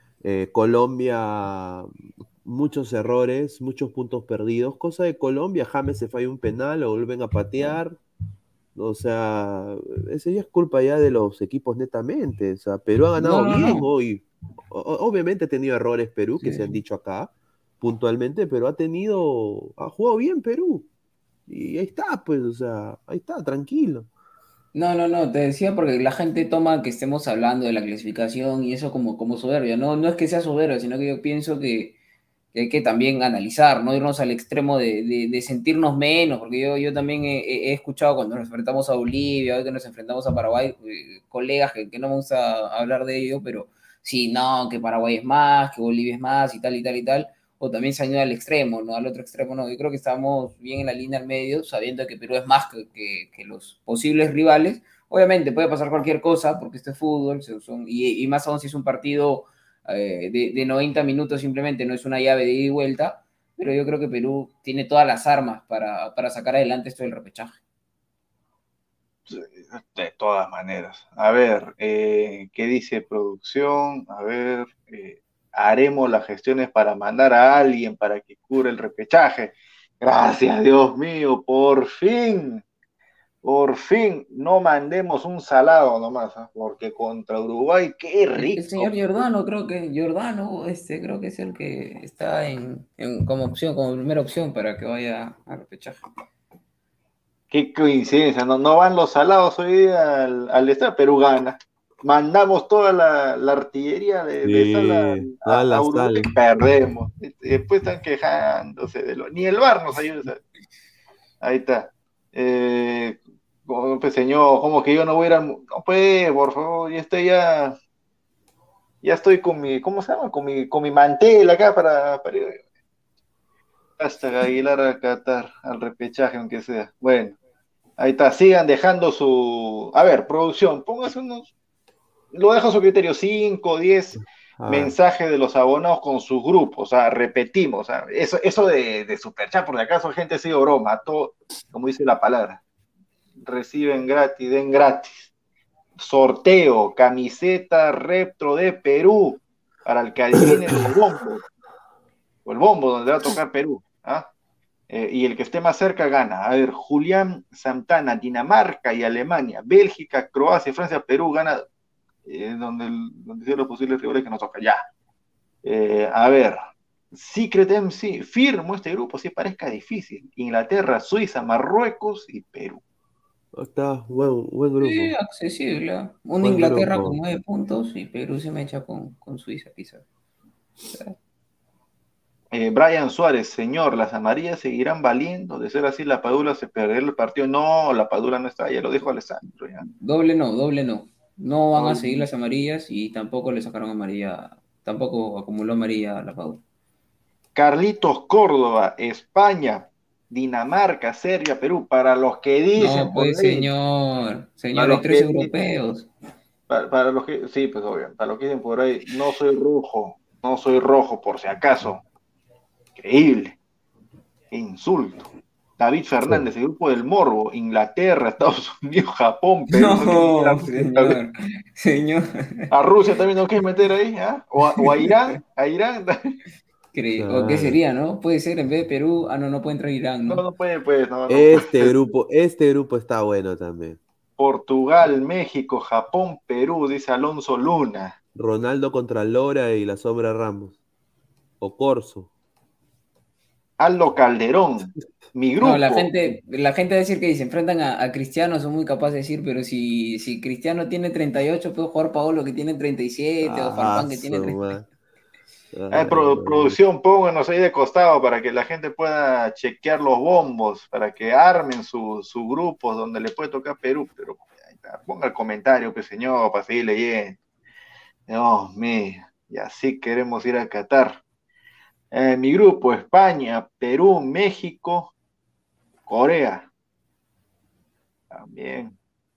Colombia, muchos errores, muchos puntos perdidos. Cosa de Colombia, James se falla un penal, lo vuelven a patear. O sea, ese ya es culpa ya de los equipos netamente. O sea, Perú ha ganado bien hoy. Obviamente ha tenido errores Perú, que se han dicho acá puntualmente, pero ha jugado bien Perú. Y ahí está, pues, o sea, ahí está, tranquilo. No, te decía porque la gente toma que estemos hablando de la clasificación y eso como soberbia. No es que sea soberbia, sino que yo pienso que hay que también analizar, no irnos al extremo de sentirnos menos, porque yo también he escuchado cuando nos enfrentamos a Bolivia, hoy que nos enfrentamos a Paraguay, colegas que no me gusta hablar de ello, pero sí, no, que Paraguay es más, que Bolivia es más y tal, o también se han ido al extremo, ¿no? Al otro extremo, no, yo creo que estamos bien en la línea al medio, sabiendo que Perú es más que los posibles rivales. Obviamente puede pasar cualquier cosa, porque este es fútbol, y más aún si es un partido de 90 minutos, simplemente no es una llave de ida y vuelta, pero yo creo que Perú tiene todas las armas para sacar adelante esto del repechaje. De todas maneras. A ver, ¿qué dice producción? A ver, haremos las gestiones para mandar a alguien para que cure el repechaje. Gracias, Dios mío, por fin, no mandemos un salado nomás, ¿eh? Porque contra Uruguay, qué rico. El señor Giordano, creo que es el que está como primera opción para que vaya a repechaje. Qué coincidencia, no van los salados hoy día al estadio, Perú gana. Mandamos toda la artillería de sal a Uruguay y perdemos. Después están quejándose ni el VAR nos ayuda. Ahí está. Pues señor, como que yo no voy a ir no, pues, por favor, ya estoy con mi, ¿cómo se llama? Con mi mantel acá para ir. Hasta Aguilar a Qatar, al repechaje, aunque sea. Bueno, ahí está, sigan dejando su... A ver, producción, póngase lo dejo a su criterio, 5, 10 mensajes de los abonados con sus grupos, o sea, repetimos, o sea, eso de superchat, por si acaso, gente, ha sido broma, todo, como dice la palabra, reciben gratis, den gratis. sorteo, camiseta retro de Perú, para el que adivine el bombo, o el bombo donde va a tocar Perú, ¿ah? Y el que esté más cerca gana. A ver, Julián Santana, Dinamarca y Alemania, Bélgica, Croacia, Francia, Perú gana, donde sea los posibles rivales que nos toca. Ya. A ver, Secret MC, firmo este grupo, si parezca difícil. Inglaterra, Suiza, Marruecos y Perú. Está buen grupo. Sí, accesible. Una Buen Inglaterra grupo. con 9 puntos y Perú se me echa con Suiza, quizás. Brian Suárez, señor, las amarillas seguirán valiendo. De ser así, la Padula se perderá el partido. No, la Padula no está, ya lo dijo Alessandro. Ya. Doble no. No van a seguir las amarillas y tampoco le sacaron amarilla, tampoco acumuló amarilla la Pau. Carlitos Córdoba, España, Dinamarca, Serbia, Perú. Para los que dicen No, pues por ahí, señor, para hay los 3 que europeos. para los que, sí, pues obvio, para los que dicen por ahí, no soy rojo por si acaso. Increíble. Qué insulto. David Fernández, el grupo del Morbo, Inglaterra, Estados Unidos, Japón, Perú. No, señor. A Rusia también no quieres meter ahí, ¿ah? O a Irán, ¿O qué sería, no? Puede ser en vez de Perú, no puede entrar Irán, ¿no? No puede, pues, no. Este grupo está bueno también. Portugal, México, Japón, Perú, dice Alonso Luna. Ronaldo contra Lora y la Sombra Ramos. O Corso. Aldo Calderón, mi grupo. No, la gente va a decir que se enfrentan a Cristiano, son muy capaces de decir, pero si Cristiano tiene 38, puede jugar Paolo que tiene 37, o Farfán que tiene 30. Producción, pónganos ahí de costado para que la gente pueda chequear los bombos, para que armen su grupo donde le puede tocar Perú. Pero ponga el comentario, pues señor, para seguir leyendo. Dios mío, y así queremos ir a Qatar. Mi grupo, España, Perú, México, Corea. También.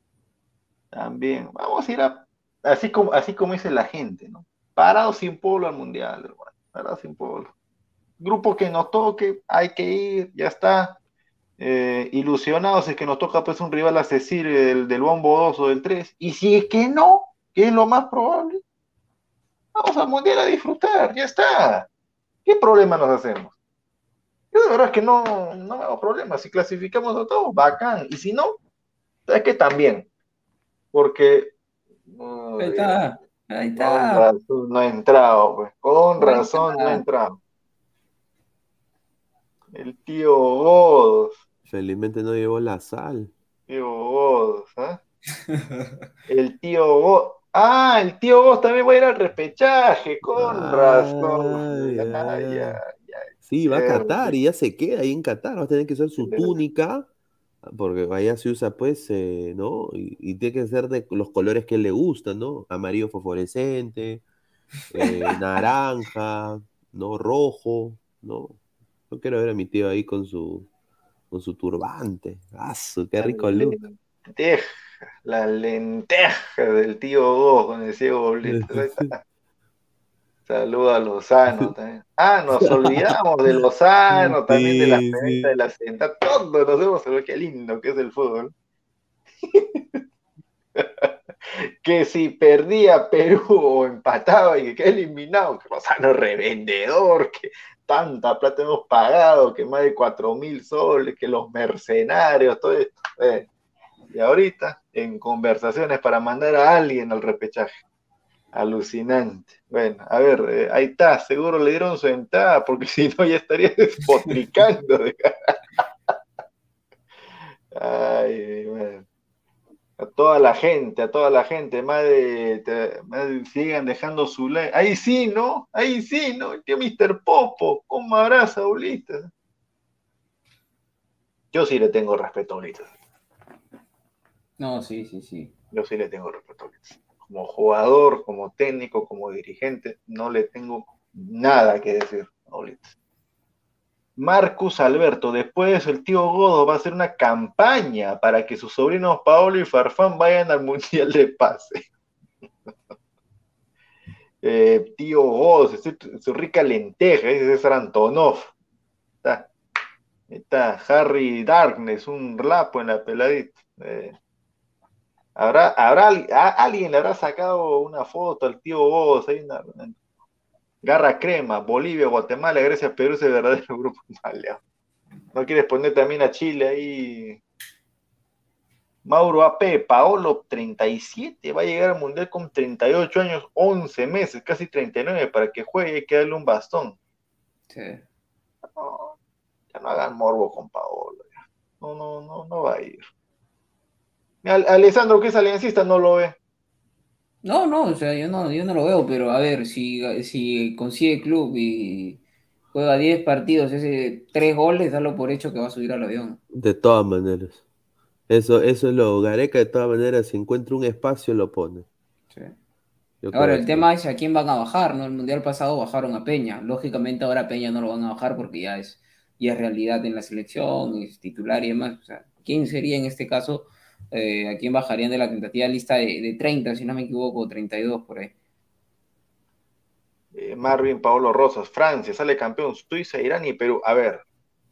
Vamos a ir así como dice la gente, ¿no? Parado sin polo al mundial, hermano. Parado sin polo. Grupo que nos toque, hay que ir, ya está. Ilusionados es que nos toca pues un rival accesible del bombo 2 o del 3. Y si es que no, que es lo más probable, vamos al mundial a disfrutar, ya está. ¿Qué problema nos hacemos? Yo de verdad es que no me hago problema. Si clasificamos a todos, bacán. Y si no, es que también. Porque Ahí está. Con razón no ha entrado, pues. Con razón no ha entrado. El tío Godos. Felizmente no llevó la sal. Tío Godos, ¿eh? El tío Godos. El tío Godos también va a ir al repechaje. Con razón. Sí, va a Qatar y ya se queda ahí en Qatar. Va a tener que usar su túnica. Porque allá se usa, pues, ¿no? Y tiene que ser de los colores que le gustan, ¿no? Amarillo fosforescente, naranja, ¿no? Rojo, ¿no? Yo quiero ver a mi tío ahí con su turbante. ¡Qué rico look! La lenteja del tío Go con el ciego Bolito. Saludos a Lozano también. Nos olvidamos de Lozano, también de la penita de la senta. Todos nos hemos olvidado, qué lindo que es el fútbol. Que si perdía Perú o empataba y que queda eliminado, que Lozano revendedor, que tanta plata hemos pagado, que más de 4.000 soles, que los mercenarios, todo esto. Y ahorita, en conversaciones para mandar a alguien al repechaje. Alucinante. Bueno, a ver, ahí está, seguro le dieron su entrada, porque si no ya estaría despotricando. Ay, bueno. A toda la gente, más de sigan dejando su like. Ahí sí, ¿no? El tío Mr. Popo, ¿cómo abraza a Ulises? Yo sí le tengo respeto a Ulises. No, sí. Yo sí le tengo respeto a Ulises. Como jugador, como técnico, como dirigente, no le tengo nada que decir a Ulises. Marcus Alberto, después el tío Godo va a hacer una campaña para que sus sobrinos Paolo y Farfán vayan al Mundial de Pase. Tío Godo, su rica lenteja, dice César Antonov. Está Harry Darkness, un lapo en la peladita. Alguien le habrá sacado una foto al tío Vos, hay una garra crema, Bolivia, Guatemala, Grecia, Perú, es el verdadero grupo. Vale. ¿No quieres poner también a Chile ahí? Mauro AP, Paolo 37, va a llegar al Mundial con 38 años, 11 meses, casi 39 para que juegue, hay que darle un bastón. Sí. No, ya no hagan morbo con Paolo. Ya. No va a ir. Alessandro, que es aliancista, no lo ve. No, o sea, yo no lo veo, pero a ver, si consigue club y juega 10 partidos, ese 3 goles, dalo por hecho que va a subir al avión. De todas maneras. Eso es lo Gareca, de todas maneras, si encuentra un espacio, lo pone. Sí. Yo Ahora, creo el tema es a quién van a bajar, ¿no? El mundial pasado bajaron a Peña. Lógicamente ahora a Peña no lo van a bajar porque ya es realidad en la selección, es titular y demás. O sea, ¿quién sería en este caso? ¿A quién bajarían de la tentativa lista de 30, si no me equivoco, 32 por ahí? Marvin Paolo Rosas, Francia, sale campeón, Suiza, Irán y Perú. A ver,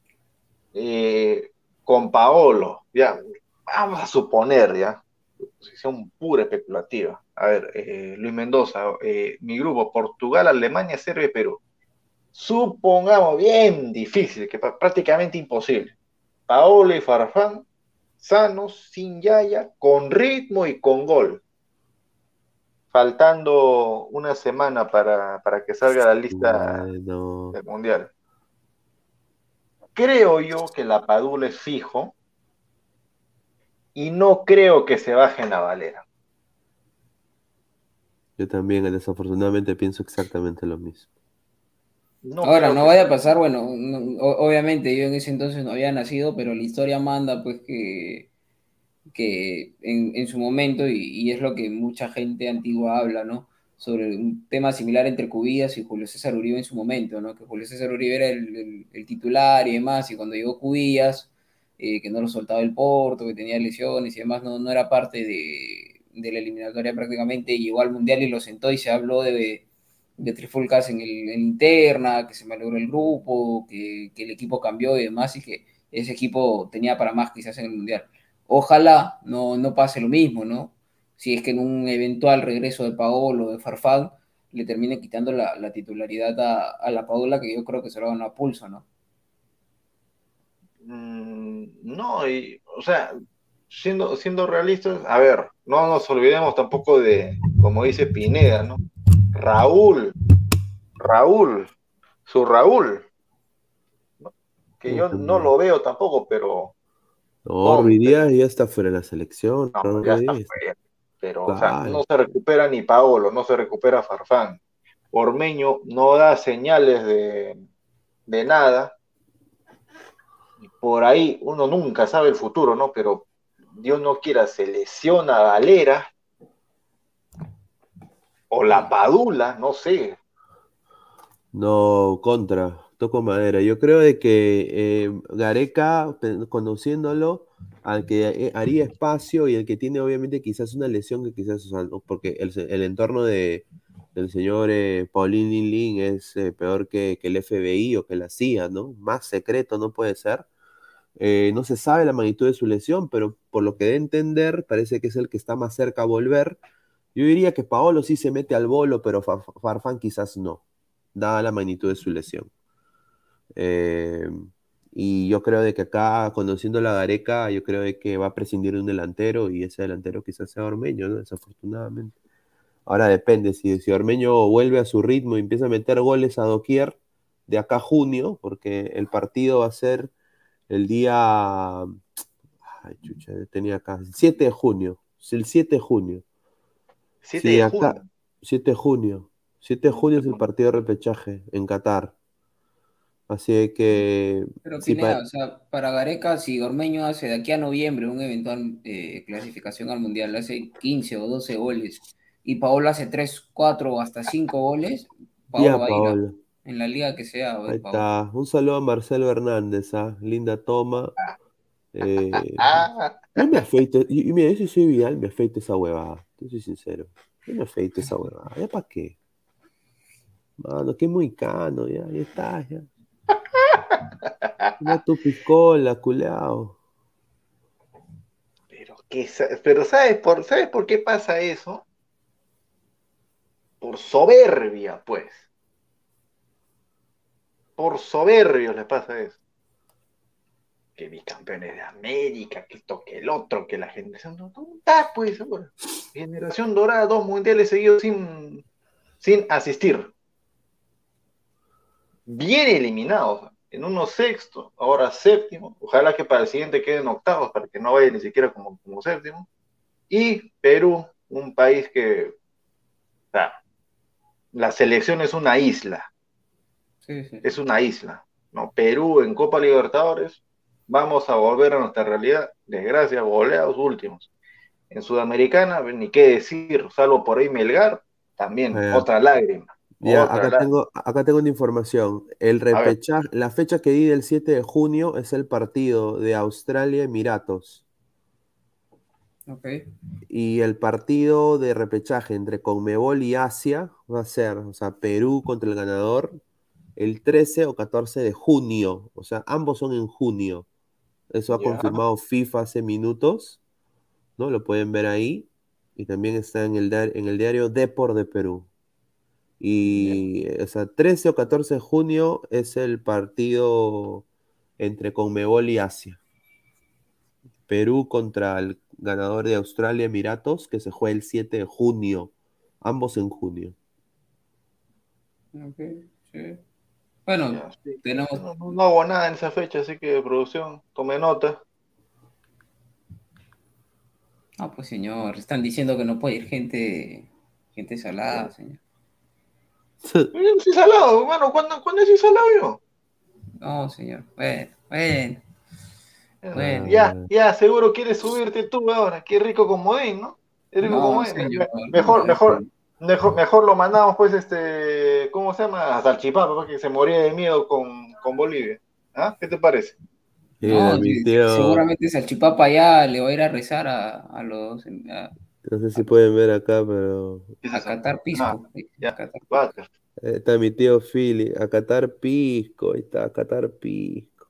con Paolo, ya, vamos a suponer, ya, posición pura especulativa. A ver, Luis Mendoza, mi grupo, Portugal, Alemania, Serbia y Perú. Supongamos, bien difícil, que prácticamente imposible. Paolo y Farfán, sanos, sin yaya, con ritmo y con gol. Faltando una semana para que salga la lista del Mundial. Creo yo que la Padula es fijo y no creo que se baje en la Valera. Yo también, desafortunadamente, pienso exactamente lo mismo. Ahora, no vaya a pasar, bueno, obviamente yo en ese entonces no había nacido, pero la historia manda pues que en su momento, y es lo que mucha gente antigua habla, ¿no? Sobre un tema similar entre Cubillas y Julio César Uribe en su momento, ¿no? Que Julio César Uribe era el titular y demás, y cuando llegó Cubillas, que no lo soltaba el Porto, que tenía lesiones y demás, no era parte de la eliminatoria prácticamente, y llegó al Mundial y lo sentó y se habló de trifulcas en interna, que se malogró el grupo, que el equipo cambió y demás, y que ese equipo tenía para más quizás en el Mundial. Ojalá no pase lo mismo, ¿no? Si es que en un eventual regreso de Paolo o de Farfán le termine quitando la titularidad a la Padula, que yo creo que se lo van a pulso, ¿no? No, o sea, siendo realistas, a ver, no nos olvidemos tampoco de, como dice Pineda, ¿no? Raúl, su Raúl, ¿no? Que yo no lo veo tampoco, pero... No, Ruiz Díaz ya está fuera de la selección. No, ya está fuera. Pero, claro. O sea, no se recupera ni Paolo, no se recupera Farfán. Ormeño no da señales de nada. Y por ahí uno nunca sabe el futuro, ¿no? Pero Dios no quiera, se lesiona a Valera o la Padula, no sé. No, toco madera. Yo creo de que Gareca, conociéndolo, al que haría espacio y el que tiene obviamente quizás una lesión que quizás, o sea, porque el entorno del señor Paulín Lin es peor que el FBI o que la CIA, ¿no? Más secreto no puede ser. No se sabe la magnitud de su lesión, pero por lo que de entender, parece que es el que está más cerca a volver. Yo diría que Paolo sí se mete al bolo, pero Farfán quizás no, dada la magnitud de su lesión. Y yo creo de que acá, conociendo la Gareca, yo creo de que va a prescindir de un delantero y ese delantero quizás sea Ormeño, ¿no? Desafortunadamente. Ahora depende, si Ormeño vuelve a su ritmo y empieza a meter goles a doquier de acá a junio, porque el partido va a ser el día... Ay, chucha, tenía acá, el 7 de junio. El 7 de junio. 7 de junio. Acá, 7 de junio. 7 de junio es el partido de repechaje en Qatar. Así que... Pero Pineda, o sea, para Gareca, si Ormeño hace de aquí a noviembre un eventual clasificación al Mundial, hace 15 o 12 goles, y Paolo hace 3, 4 o hasta 5 goles, Paolo va a ir en la liga que sea. Ahí está. Un saludo a Marcelo Hernández, linda toma. No me afeito, y mira, yo si soy Vidal, me afeito esa huevada, yo soy sincero, yo me afeito esa huevada, ¿ya para qué? Mano, que muy cano, ya está, ya. Una tu piscola, culeado. Pero Pero ¿sabes por qué pasa eso? Por soberbia, pues. Por soberbios les pasa eso. Que bicampeones de América, que esto, que el otro, que la generación. No está, pues, ahora. Generación dorada, 2 mundiales seguidos sin asistir. Bien eliminados. En unos sexto, ahora séptimo. Ojalá que para el siguiente queden octavos, para que no vaya ni siquiera como séptimo. Y Perú, un país que. O sea, la selección es una isla. Sí, sí. Es una isla. ¿No? Perú en Copa Libertadores. Vamos a volver a nuestra realidad. Desgracia, goleados últimos. En Sudamericana, ni qué decir, salvo por ahí Melgar, también otra lágrima. Ya, Otra acá tengo una información. A ver. La fecha que di del 7 de junio es el partido de Australia-Emiratos. Ok. Y el partido de repechaje entre Conmebol y Asia va a ser, o sea, Perú contra el ganador, el 13 o 14 de junio. O sea, ambos son en junio. Eso ha Ya. confirmado FIFA hace minutos, ¿no? Lo pueden ver ahí. Y también está en el diario Depor de Perú. Ya. Y, o sea, 13 o 14 de junio es el partido entre Conmebol y Asia. Perú contra el ganador de Australia Emiratos, que se juega el 7 de junio. Ambos en junio. Ok, sí. Bueno, Ya, sí. tenemos. No hago nada en esa fecha, así que producción, tome nota. Ah, pues señor, están diciendo que no puede ir gente salada, señor. Es salado, hermano, ¿cuándo es salado yo? No, señor. Bueno. Ya, seguro quieres subirte tú ahora. Qué rico comodín, ¿no? Qué rico No, comodín. señor. Mejor lo mandamos, pues, ¿cómo se llama? A Salchipapa, pues, que se moría de miedo con Bolivia. ¿Ah? ¿Qué te parece? Mira, No, mi tío, seguramente Salchipapa ya le va a ir a rezar a los. no sé si pueden ver acá, pero ¿Qué es A eso? catar Ah, pisco. A ya, catar pisco. vaca. está mi tío Philly, a catar pisco, ahí está, a catar pisco.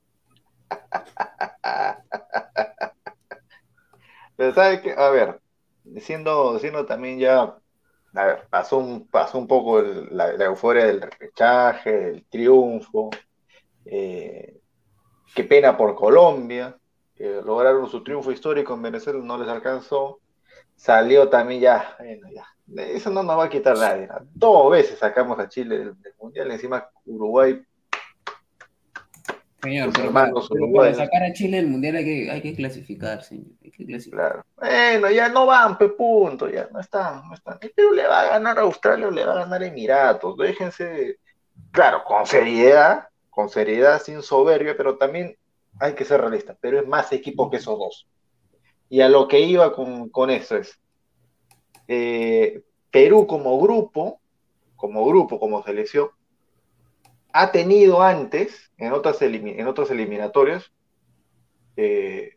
Pero ¿sabes qué? A ver, siendo también ya, a ver, pasó un poco la euforia del repechaje, del triunfo. Qué pena por Colombia, que lograron su triunfo histórico en Venezuela, no les alcanzó. Salió también ya, bueno, ya. Eso no nos va a quitar nadie, ¿no? 2 veces sacamos a Chile del Mundial, encima Uruguay, Señor, tus pero para hermanos uruguayos. sacar a Chile del Mundial hay que clasificar, señor. Hay que clasificar. Claro. Bueno, ya no van, punto, ya no están. El Perú le va a ganar a Australia o le va a ganar a Emiratos. Déjense, claro, con seriedad, sin soberbia, pero también hay que ser realistas. Pero es más equipo que esos dos. Y a lo que iba con eso es, Perú como selección, ha tenido antes, en otras eliminatorias, eh,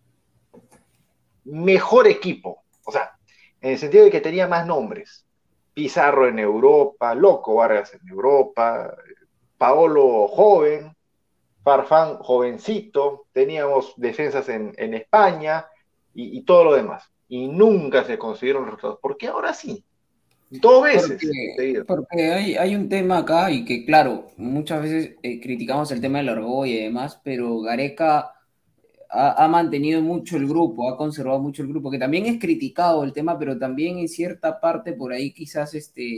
mejor equipo. O sea, en el sentido de que tenía más nombres. Pizarro en Europa, Loco Vargas en Europa, Paolo joven, Farfán jovencito, teníamos defensas en España y todo lo demás. Y nunca se consiguieron resultados. ¿Por qué ahora sí? 2 veces seguido. Porque hay un tema acá y que, claro, muchas veces criticamos el tema del orgullo y demás, pero Gareca ha mantenido mucho el grupo, ha conservado mucho el grupo, que también es criticado el tema, pero también en cierta parte por ahí quizás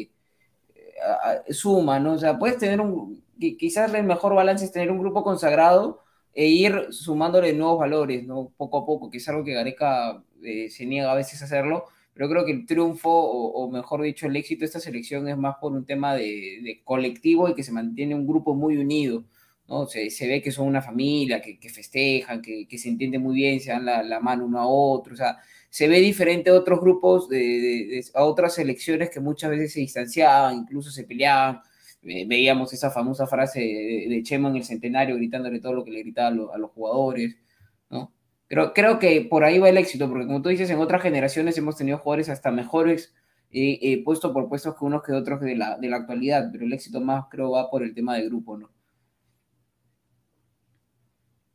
suma, ¿no? O sea, puedes tener quizás el mejor balance es tener un grupo consagrado e ir sumándole nuevos valores, ¿no? Poco a poco, que es algo que Gareca se niega a veces a hacerlo, pero creo que el triunfo, o mejor dicho, el éxito de esta selección es más por un tema de colectivo y que se mantiene un grupo muy unido, ¿no? Se ve que son una familia, que festejan, que se entienden muy bien, se dan la mano uno a otro, o sea, se ve diferente a otros grupos, a otras selecciones que muchas veces se distanciaban, incluso se peleaban. Veíamos esa famosa frase de Chema en el centenario gritándole todo lo que le gritaba a los jugadores, ¿no? Creo que por ahí va el éxito, porque como tú dices, en otras generaciones hemos tenido jugadores hasta mejores puesto por puestos que unos que otros de la actualidad, pero el éxito más creo va por el tema de grupo, ¿no?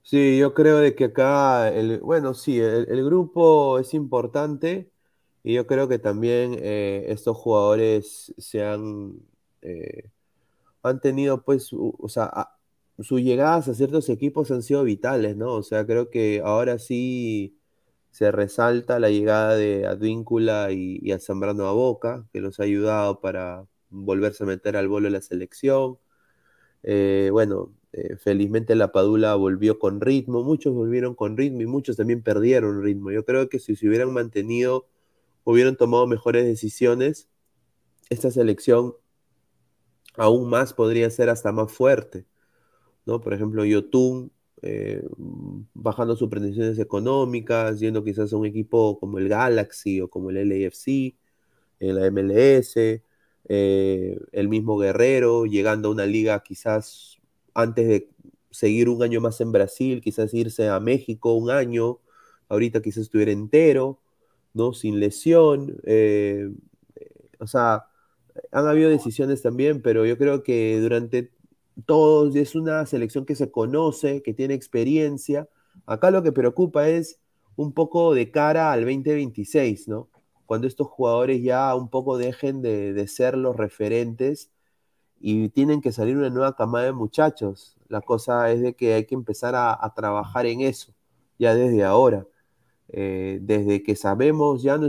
Sí, yo creo de que acá, bueno, sí, el grupo es importante y yo creo que también estos jugadores eh, han tenido, pues, o sea, sus llegadas a ciertos equipos han sido vitales, ¿no? O sea, creo que ahora sí se resalta la llegada de Advíncula y a Zambrano a Boca, que los ha ayudado para volverse a meter al bolo de la selección. Bueno, felizmente la Padula volvió con ritmo, muchos volvieron con ritmo y muchos también perdieron ritmo. Yo creo que si se hubieran mantenido, hubieran tomado mejores decisiones, esta selección aún más podría ser hasta más fuerte, ¿no? Por ejemplo, Yotun bajando sus pretensiones económicas, yendo quizás a un equipo como el Galaxy o como el LAFC, en la MLS, el mismo Guerrero, llegando a una liga quizás antes de seguir un año más en Brasil, quizás irse a México un año, ahorita quizás estuviera entero, ¿no? Sin lesión, o sea, han habido decisiones también, pero yo creo que durante todos es una selección que se conoce, que tiene experiencia. Acá lo que preocupa es un poco de cara al 2026, ¿no? Cuando estos jugadores ya un poco dejen de ser los referentes y tienen que salir una nueva camada de muchachos. La cosa es de que hay que empezar a trabajar en eso, ya desde ahora. Desde que sabemos ya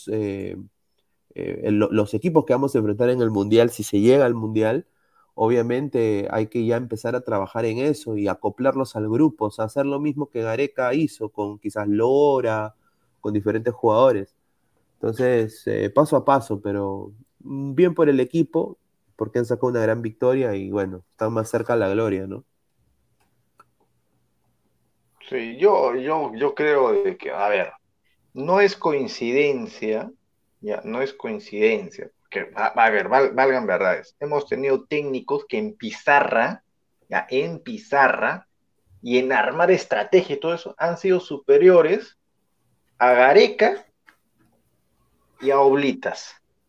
los equipos que vamos a enfrentar en el Mundial, si se llega al Mundial, obviamente hay que ya empezar a trabajar en eso y acoplarlos al grupo, o sea, hacer lo mismo que Gareca hizo con quizás Lora, con diferentes jugadores. Entonces, paso a paso, pero bien por el equipo, porque han sacado una gran victoria y bueno, están más cerca a la gloria, ¿no? Sí, yo creo de que, a ver, no es coincidencia, ya, no es coincidencia, que, a ver, valgan verdades. Hemos tenido técnicos que en pizarra, ya, en pizarra, y en armar estrategia y todo eso, han sido superiores a Gareca y a Oblitas.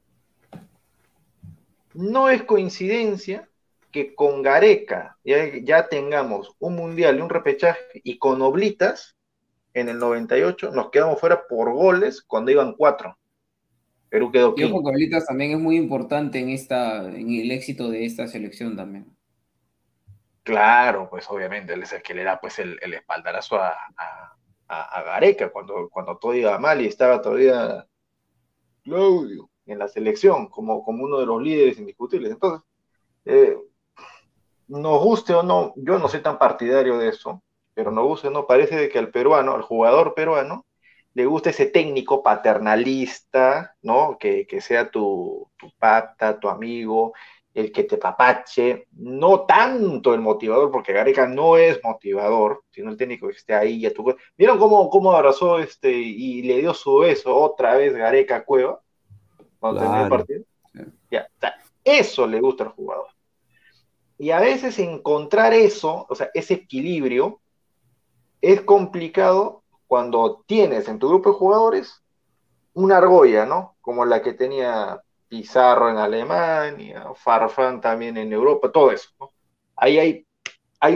No es coincidencia que con Gareca ya tengamos un mundial y un repechaje y con Oblitas en el 98 nos quedamos fuera por goles cuando iban 4. Perú quedó Y ojo quinto. que Oblitas también es muy importante en el éxito de esta selección también. Claro, pues obviamente él es el que le da pues el espaldarazo a Gareca cuando todo iba mal y estaba todavía Claudio en la selección como uno de los líderes indiscutibles. Entonces, eh, nos guste o no, yo no soy tan partidario de eso, pero nos guste o no, parece de que al peruano, al jugador peruano, le gusta ese técnico paternalista, ¿no? Que sea tu pata, tu amigo, el que te papache, no tanto el motivador, porque Gareca no es motivador, sino el técnico que esté ahí y a tu... ¿Vieron cómo abrazó y le dio su beso otra vez Gareca a Cueva cuando terminó el Claro. partido? Ya, o sea, eso le gusta al jugador. Y a veces encontrar eso, o sea, ese equilibrio, es complicado cuando tienes en tu grupo de jugadores una argolla, ¿no? Como la que tenía Pizarro en Alemania, Farfán también en Europa, todo eso, ¿no? Ahí hay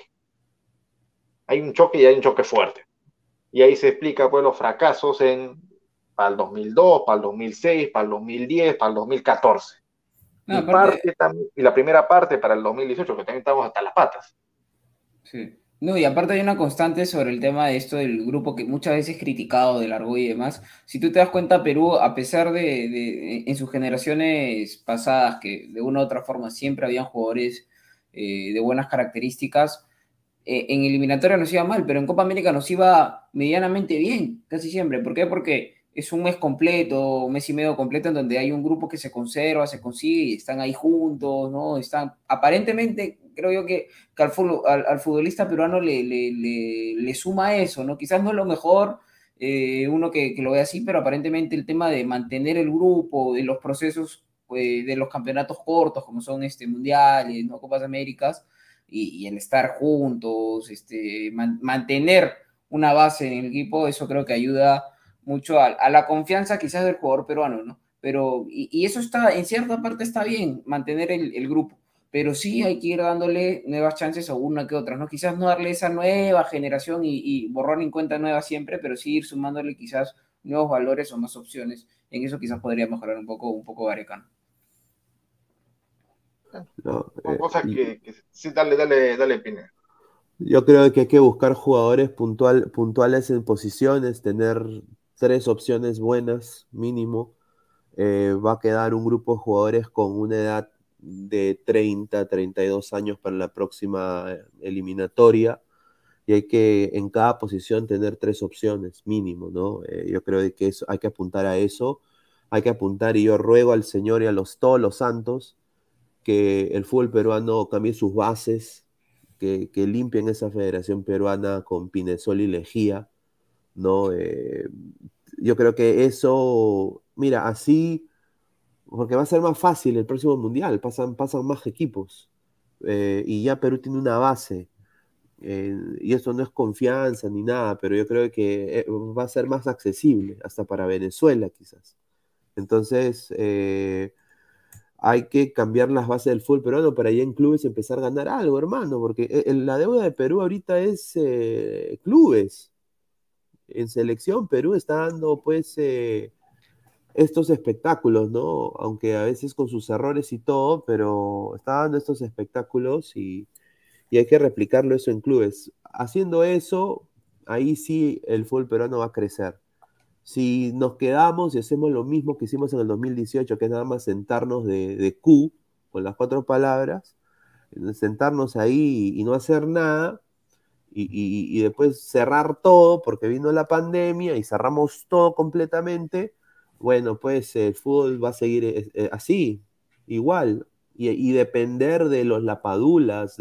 un choque y hay un choque fuerte. Y ahí se explica, pues, los fracasos para el 2002, para el 2006, para el 2010, para el 2014. No, aparte, Y la primera parte para el 2018, que también estamos hasta las patas. sí. No, y aparte hay una constante sobre el tema de esto del grupo que muchas veces es criticado del Argolla y demás. Si tú te das cuenta, Perú, a pesar en sus generaciones pasadas, que de una u otra forma siempre habían jugadores de buenas características, en eliminatoria nos iba mal, pero en Copa América nos iba medianamente bien, casi siempre. ¿Por qué? Porque es un mes completo, un mes y medio completo, en donde hay un grupo que se conserva, se consigue y están ahí juntos, ¿no? Están, aparentemente, creo yo que al futbolista peruano le suma eso, ¿no? Quizás no es lo mejor, uno que lo ve así, pero aparentemente el tema de mantener el grupo, de los procesos de los campeonatos cortos, como son mundiales, ¿no? Copas Américas, y el estar juntos, mantener una base en el equipo, eso creo que ayuda mucho a la confianza quizás del jugador peruano, ¿no? Pero, y eso está, en cierta parte está bien, mantener el grupo, pero sí hay que ir dándole nuevas chances a una que otras, ¿no? Quizás no darle esa nueva generación y borrón en cuenta nueva siempre, pero sí ir sumándole quizás nuevos valores o más opciones. En eso quizás podría mejorar un poco Gareca. No, Son cosas que sí, dale, Pineda. yo creo que hay que buscar jugadores puntuales en posiciones, tener 3 opciones buenas mínimo. Va a quedar un grupo de jugadores con una edad de 30, 32 años para la próxima eliminatoria, y hay que en cada posición tener 3 opciones mínimo, ¿no? Yo creo de que hay que apuntar a eso, hay que apuntar, y yo ruego al Señor y a todos los santos que el fútbol peruano cambie sus bases, que limpien esa federación peruana con Pinesol y Lejía, ¿no? Yo creo que eso, mira, así, porque va a ser más fácil el próximo mundial, pasan más equipos, y ya Perú tiene una base, y eso no es confianza ni nada, pero yo creo que va a ser más accesible, hasta para Venezuela quizás. Entonces, hay que cambiar las bases del fútbol peruano para ya en clubes empezar a ganar algo, hermano, porque la deuda de Perú ahorita es clubes. En selección, Perú está dando, pues, estos espectáculos, ¿no? Aunque a veces con sus errores y todo, pero está dando estos espectáculos, y hay que replicarlo eso en clubes. Haciendo eso, ahí sí el fútbol peruano va a crecer. Si nos quedamos y hacemos lo mismo que hicimos en el 2018, que es nada más sentarnos de Q, con las 4 palabras, sentarnos ahí y no hacer nada, y después cerrar todo porque vino la pandemia y cerramos todo completamente, bueno, pues el fútbol va a seguir así, igual, y depender de los lapadulas,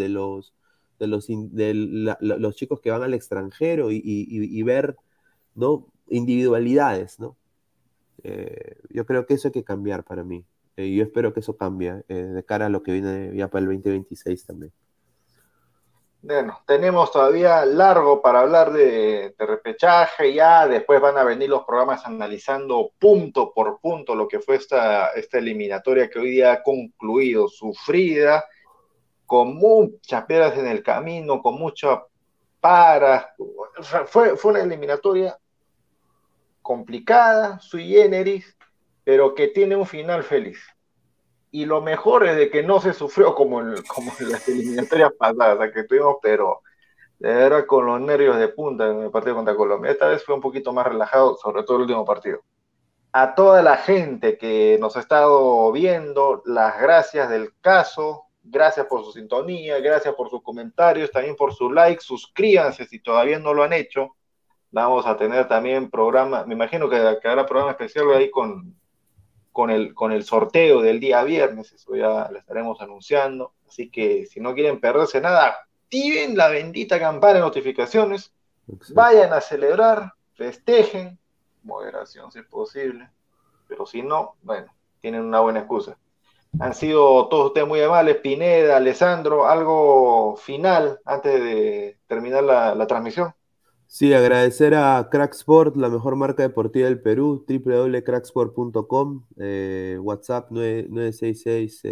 los chicos que van al extranjero, y ver, ¿no? Individualidades, ¿no? Yo creo que eso hay que cambiar para mí. Yo espero que eso cambie de cara a lo que viene ya para el 2026 también. Bueno, tenemos todavía largo para hablar de repechaje, ya después van a venir los programas analizando punto por punto lo que fue esta eliminatoria que hoy día ha concluido, sufrida, con muchas piedras en el camino, con muchas paras. O sea, fue una eliminatoria complicada, sui generis, pero que tiene un final feliz. Y lo mejor es de que no se sufrió como en las eliminatorias pasadas, o sea, que tuvimos, pero de verdad con los nervios de punta en el partido contra Colombia. Esta vez fue un poquito más relajado, sobre todo el último partido. A toda la gente que nos ha estado viendo, las gracias del caso, gracias por su sintonía, gracias por sus comentarios, también por su like, suscríbanse si todavía no lo han hecho. Vamos a tener también programa, me imagino que habrá programa especial ahí con el sorteo del día viernes, eso ya lo estaremos anunciando, así que si no quieren perderse nada, activen la bendita campana de notificaciones, vayan a celebrar, festejen, moderación si es posible, pero si no, bueno, tienen una buena excusa. Han sido todos ustedes muy amables, Pineda, Alessandro, algo final antes de terminar la transmisión. Sí, agradecer a Crack Sport, la mejor marca deportiva del Perú, www.cracksport.com, WhatsApp 966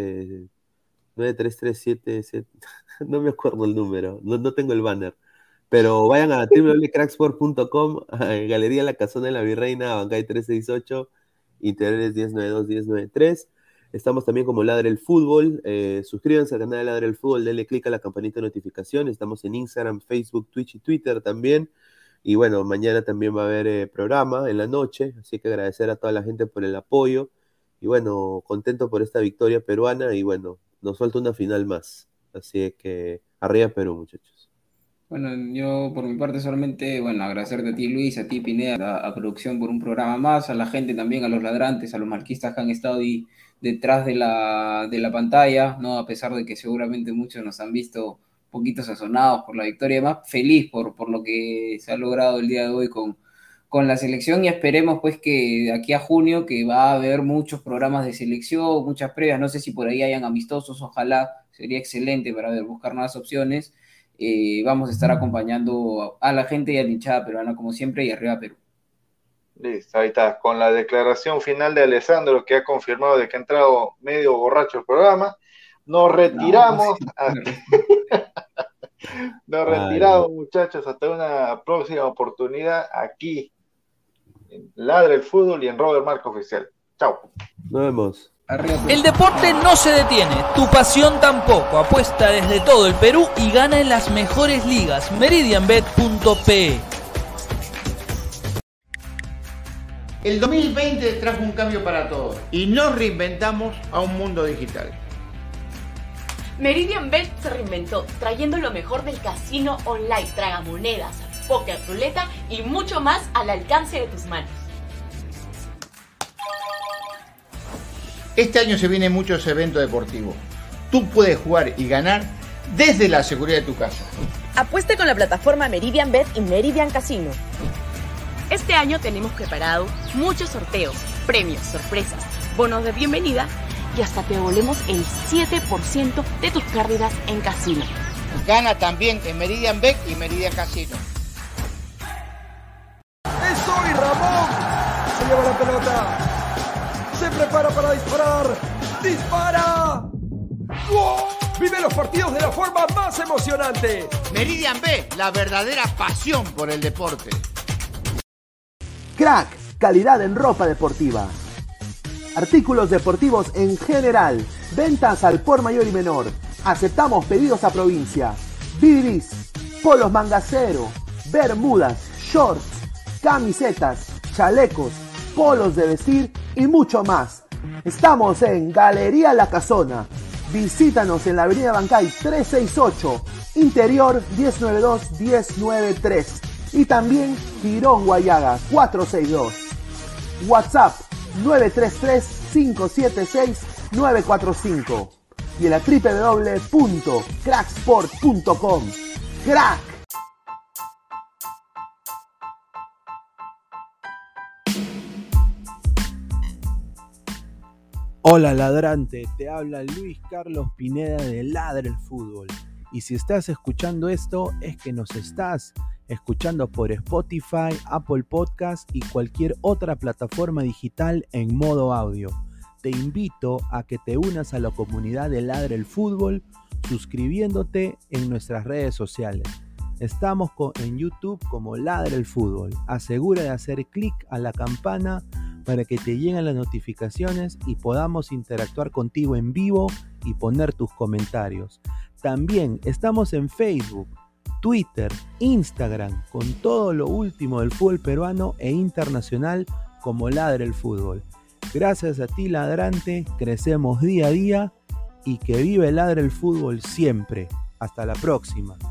9337, no me acuerdo el número, no tengo el banner, pero vayan a www.cracksport.com, Galería La Casona de la Virreina, Bancay 368, Interiores 1092-1093. Estamos también como Ladre el Fútbol. Suscríbanse al canal de Ladre el Fútbol, denle click a la campanita de notificación. Estamos en Instagram, Facebook, Twitch y Twitter también. Y bueno, mañana también va a haber programa en la noche, así que agradecer a toda la gente por el apoyo. Y bueno, contento por esta victoria peruana, y bueno, nos falta una final más. Así que arriba Perú, muchachos. Bueno, yo por mi parte solamente, bueno, agradecerte a ti, Luis, a ti, Pineda, a producción por un programa más, a la gente también, a los ladrantes, a los marquistas que han estado ahí detrás de la pantalla, ¿no? A pesar de que seguramente muchos nos han visto un poquito sazonados por la victoria, más feliz por lo que se ha logrado el día de hoy con la selección, y esperemos pues que de aquí a junio, que va a haber muchos programas de selección, muchas previas, no sé si por ahí hayan amistosos, ojalá, sería excelente para buscar nuevas opciones. Vamos a estar acompañando a la gente y a la hinchada peruana como siempre, y arriba Perú. Listo, ahí está, con la declaración final de Alessandro, que ha confirmado de que ha entrado medio borracho el programa. Nos retiramos. Nos retiramos, muchachos, hasta una próxima oportunidad aquí en Ladra el Fútbol y en Robert Marca Oficial. Chao. Nos vemos. El deporte no se detiene, tu pasión tampoco. Apuesta desde todo el Perú y gana en las mejores ligas. meridianbet.pe. El 2020 trajo un cambio para todos y nos reinventamos a un mundo digital. Meridian Bet se reinventó, trayendo lo mejor del casino online, tragamonedas, póker, ruleta y mucho más al alcance de tus manos. Este año se vienen muchos eventos deportivos. Tú puedes jugar y ganar desde la seguridad de tu casa. Apueste con la plataforma Meridian Bet y Meridian Casino. Este año tenemos preparado muchos sorteos, premios, sorpresas, bonos de bienvenida y hasta te devolvemos el 7% de tus pérdidas en casino. Gana también en Meridian Bet y Meridian Casino. ¡Es hoy, Ramón! Se lleva la pelota. Se prepara para disparar. ¡Dispara! ¡Wow! Vive los partidos de la forma más emocionante. Meridian Bet, la verdadera pasión por el deporte. Crack, calidad en ropa deportiva. Artículos deportivos en general. Ventas al por mayor y menor. Aceptamos pedidos a provincia. Bidris, polos mangacero, bermudas, shorts, camisetas, chalecos, polos de vestir y mucho más. Estamos en Galería La Casona. Visítanos en la avenida Bancay 368, interior 1092-1093 y también Girón Guayaga 462. WhatsApp 933-576-945 y en la www.cracksport.com. ¡Crack! Hola ladrante, te habla Luis Carlos Pineda de Ladra el Fútbol. Y si estás escuchando esto, es que nos estás escuchando por Spotify, Apple Podcast y cualquier otra plataforma digital en modo audio. Te invito a que te unas a la comunidad de Ladra el Fútbol suscribiéndote en nuestras redes sociales. Estamos en YouTube como Ladra el Fútbol. Asegura de hacer clic a la campana para que te lleguen las notificaciones y podamos interactuar contigo en vivo y poner tus comentarios. También estamos en Facebook, Twitter, Instagram, con todo lo último del fútbol peruano e internacional como Ladra el Fútbol. Gracias a ti, ladrante, crecemos día a día y que vive Ladra el Fútbol siempre. Hasta la próxima.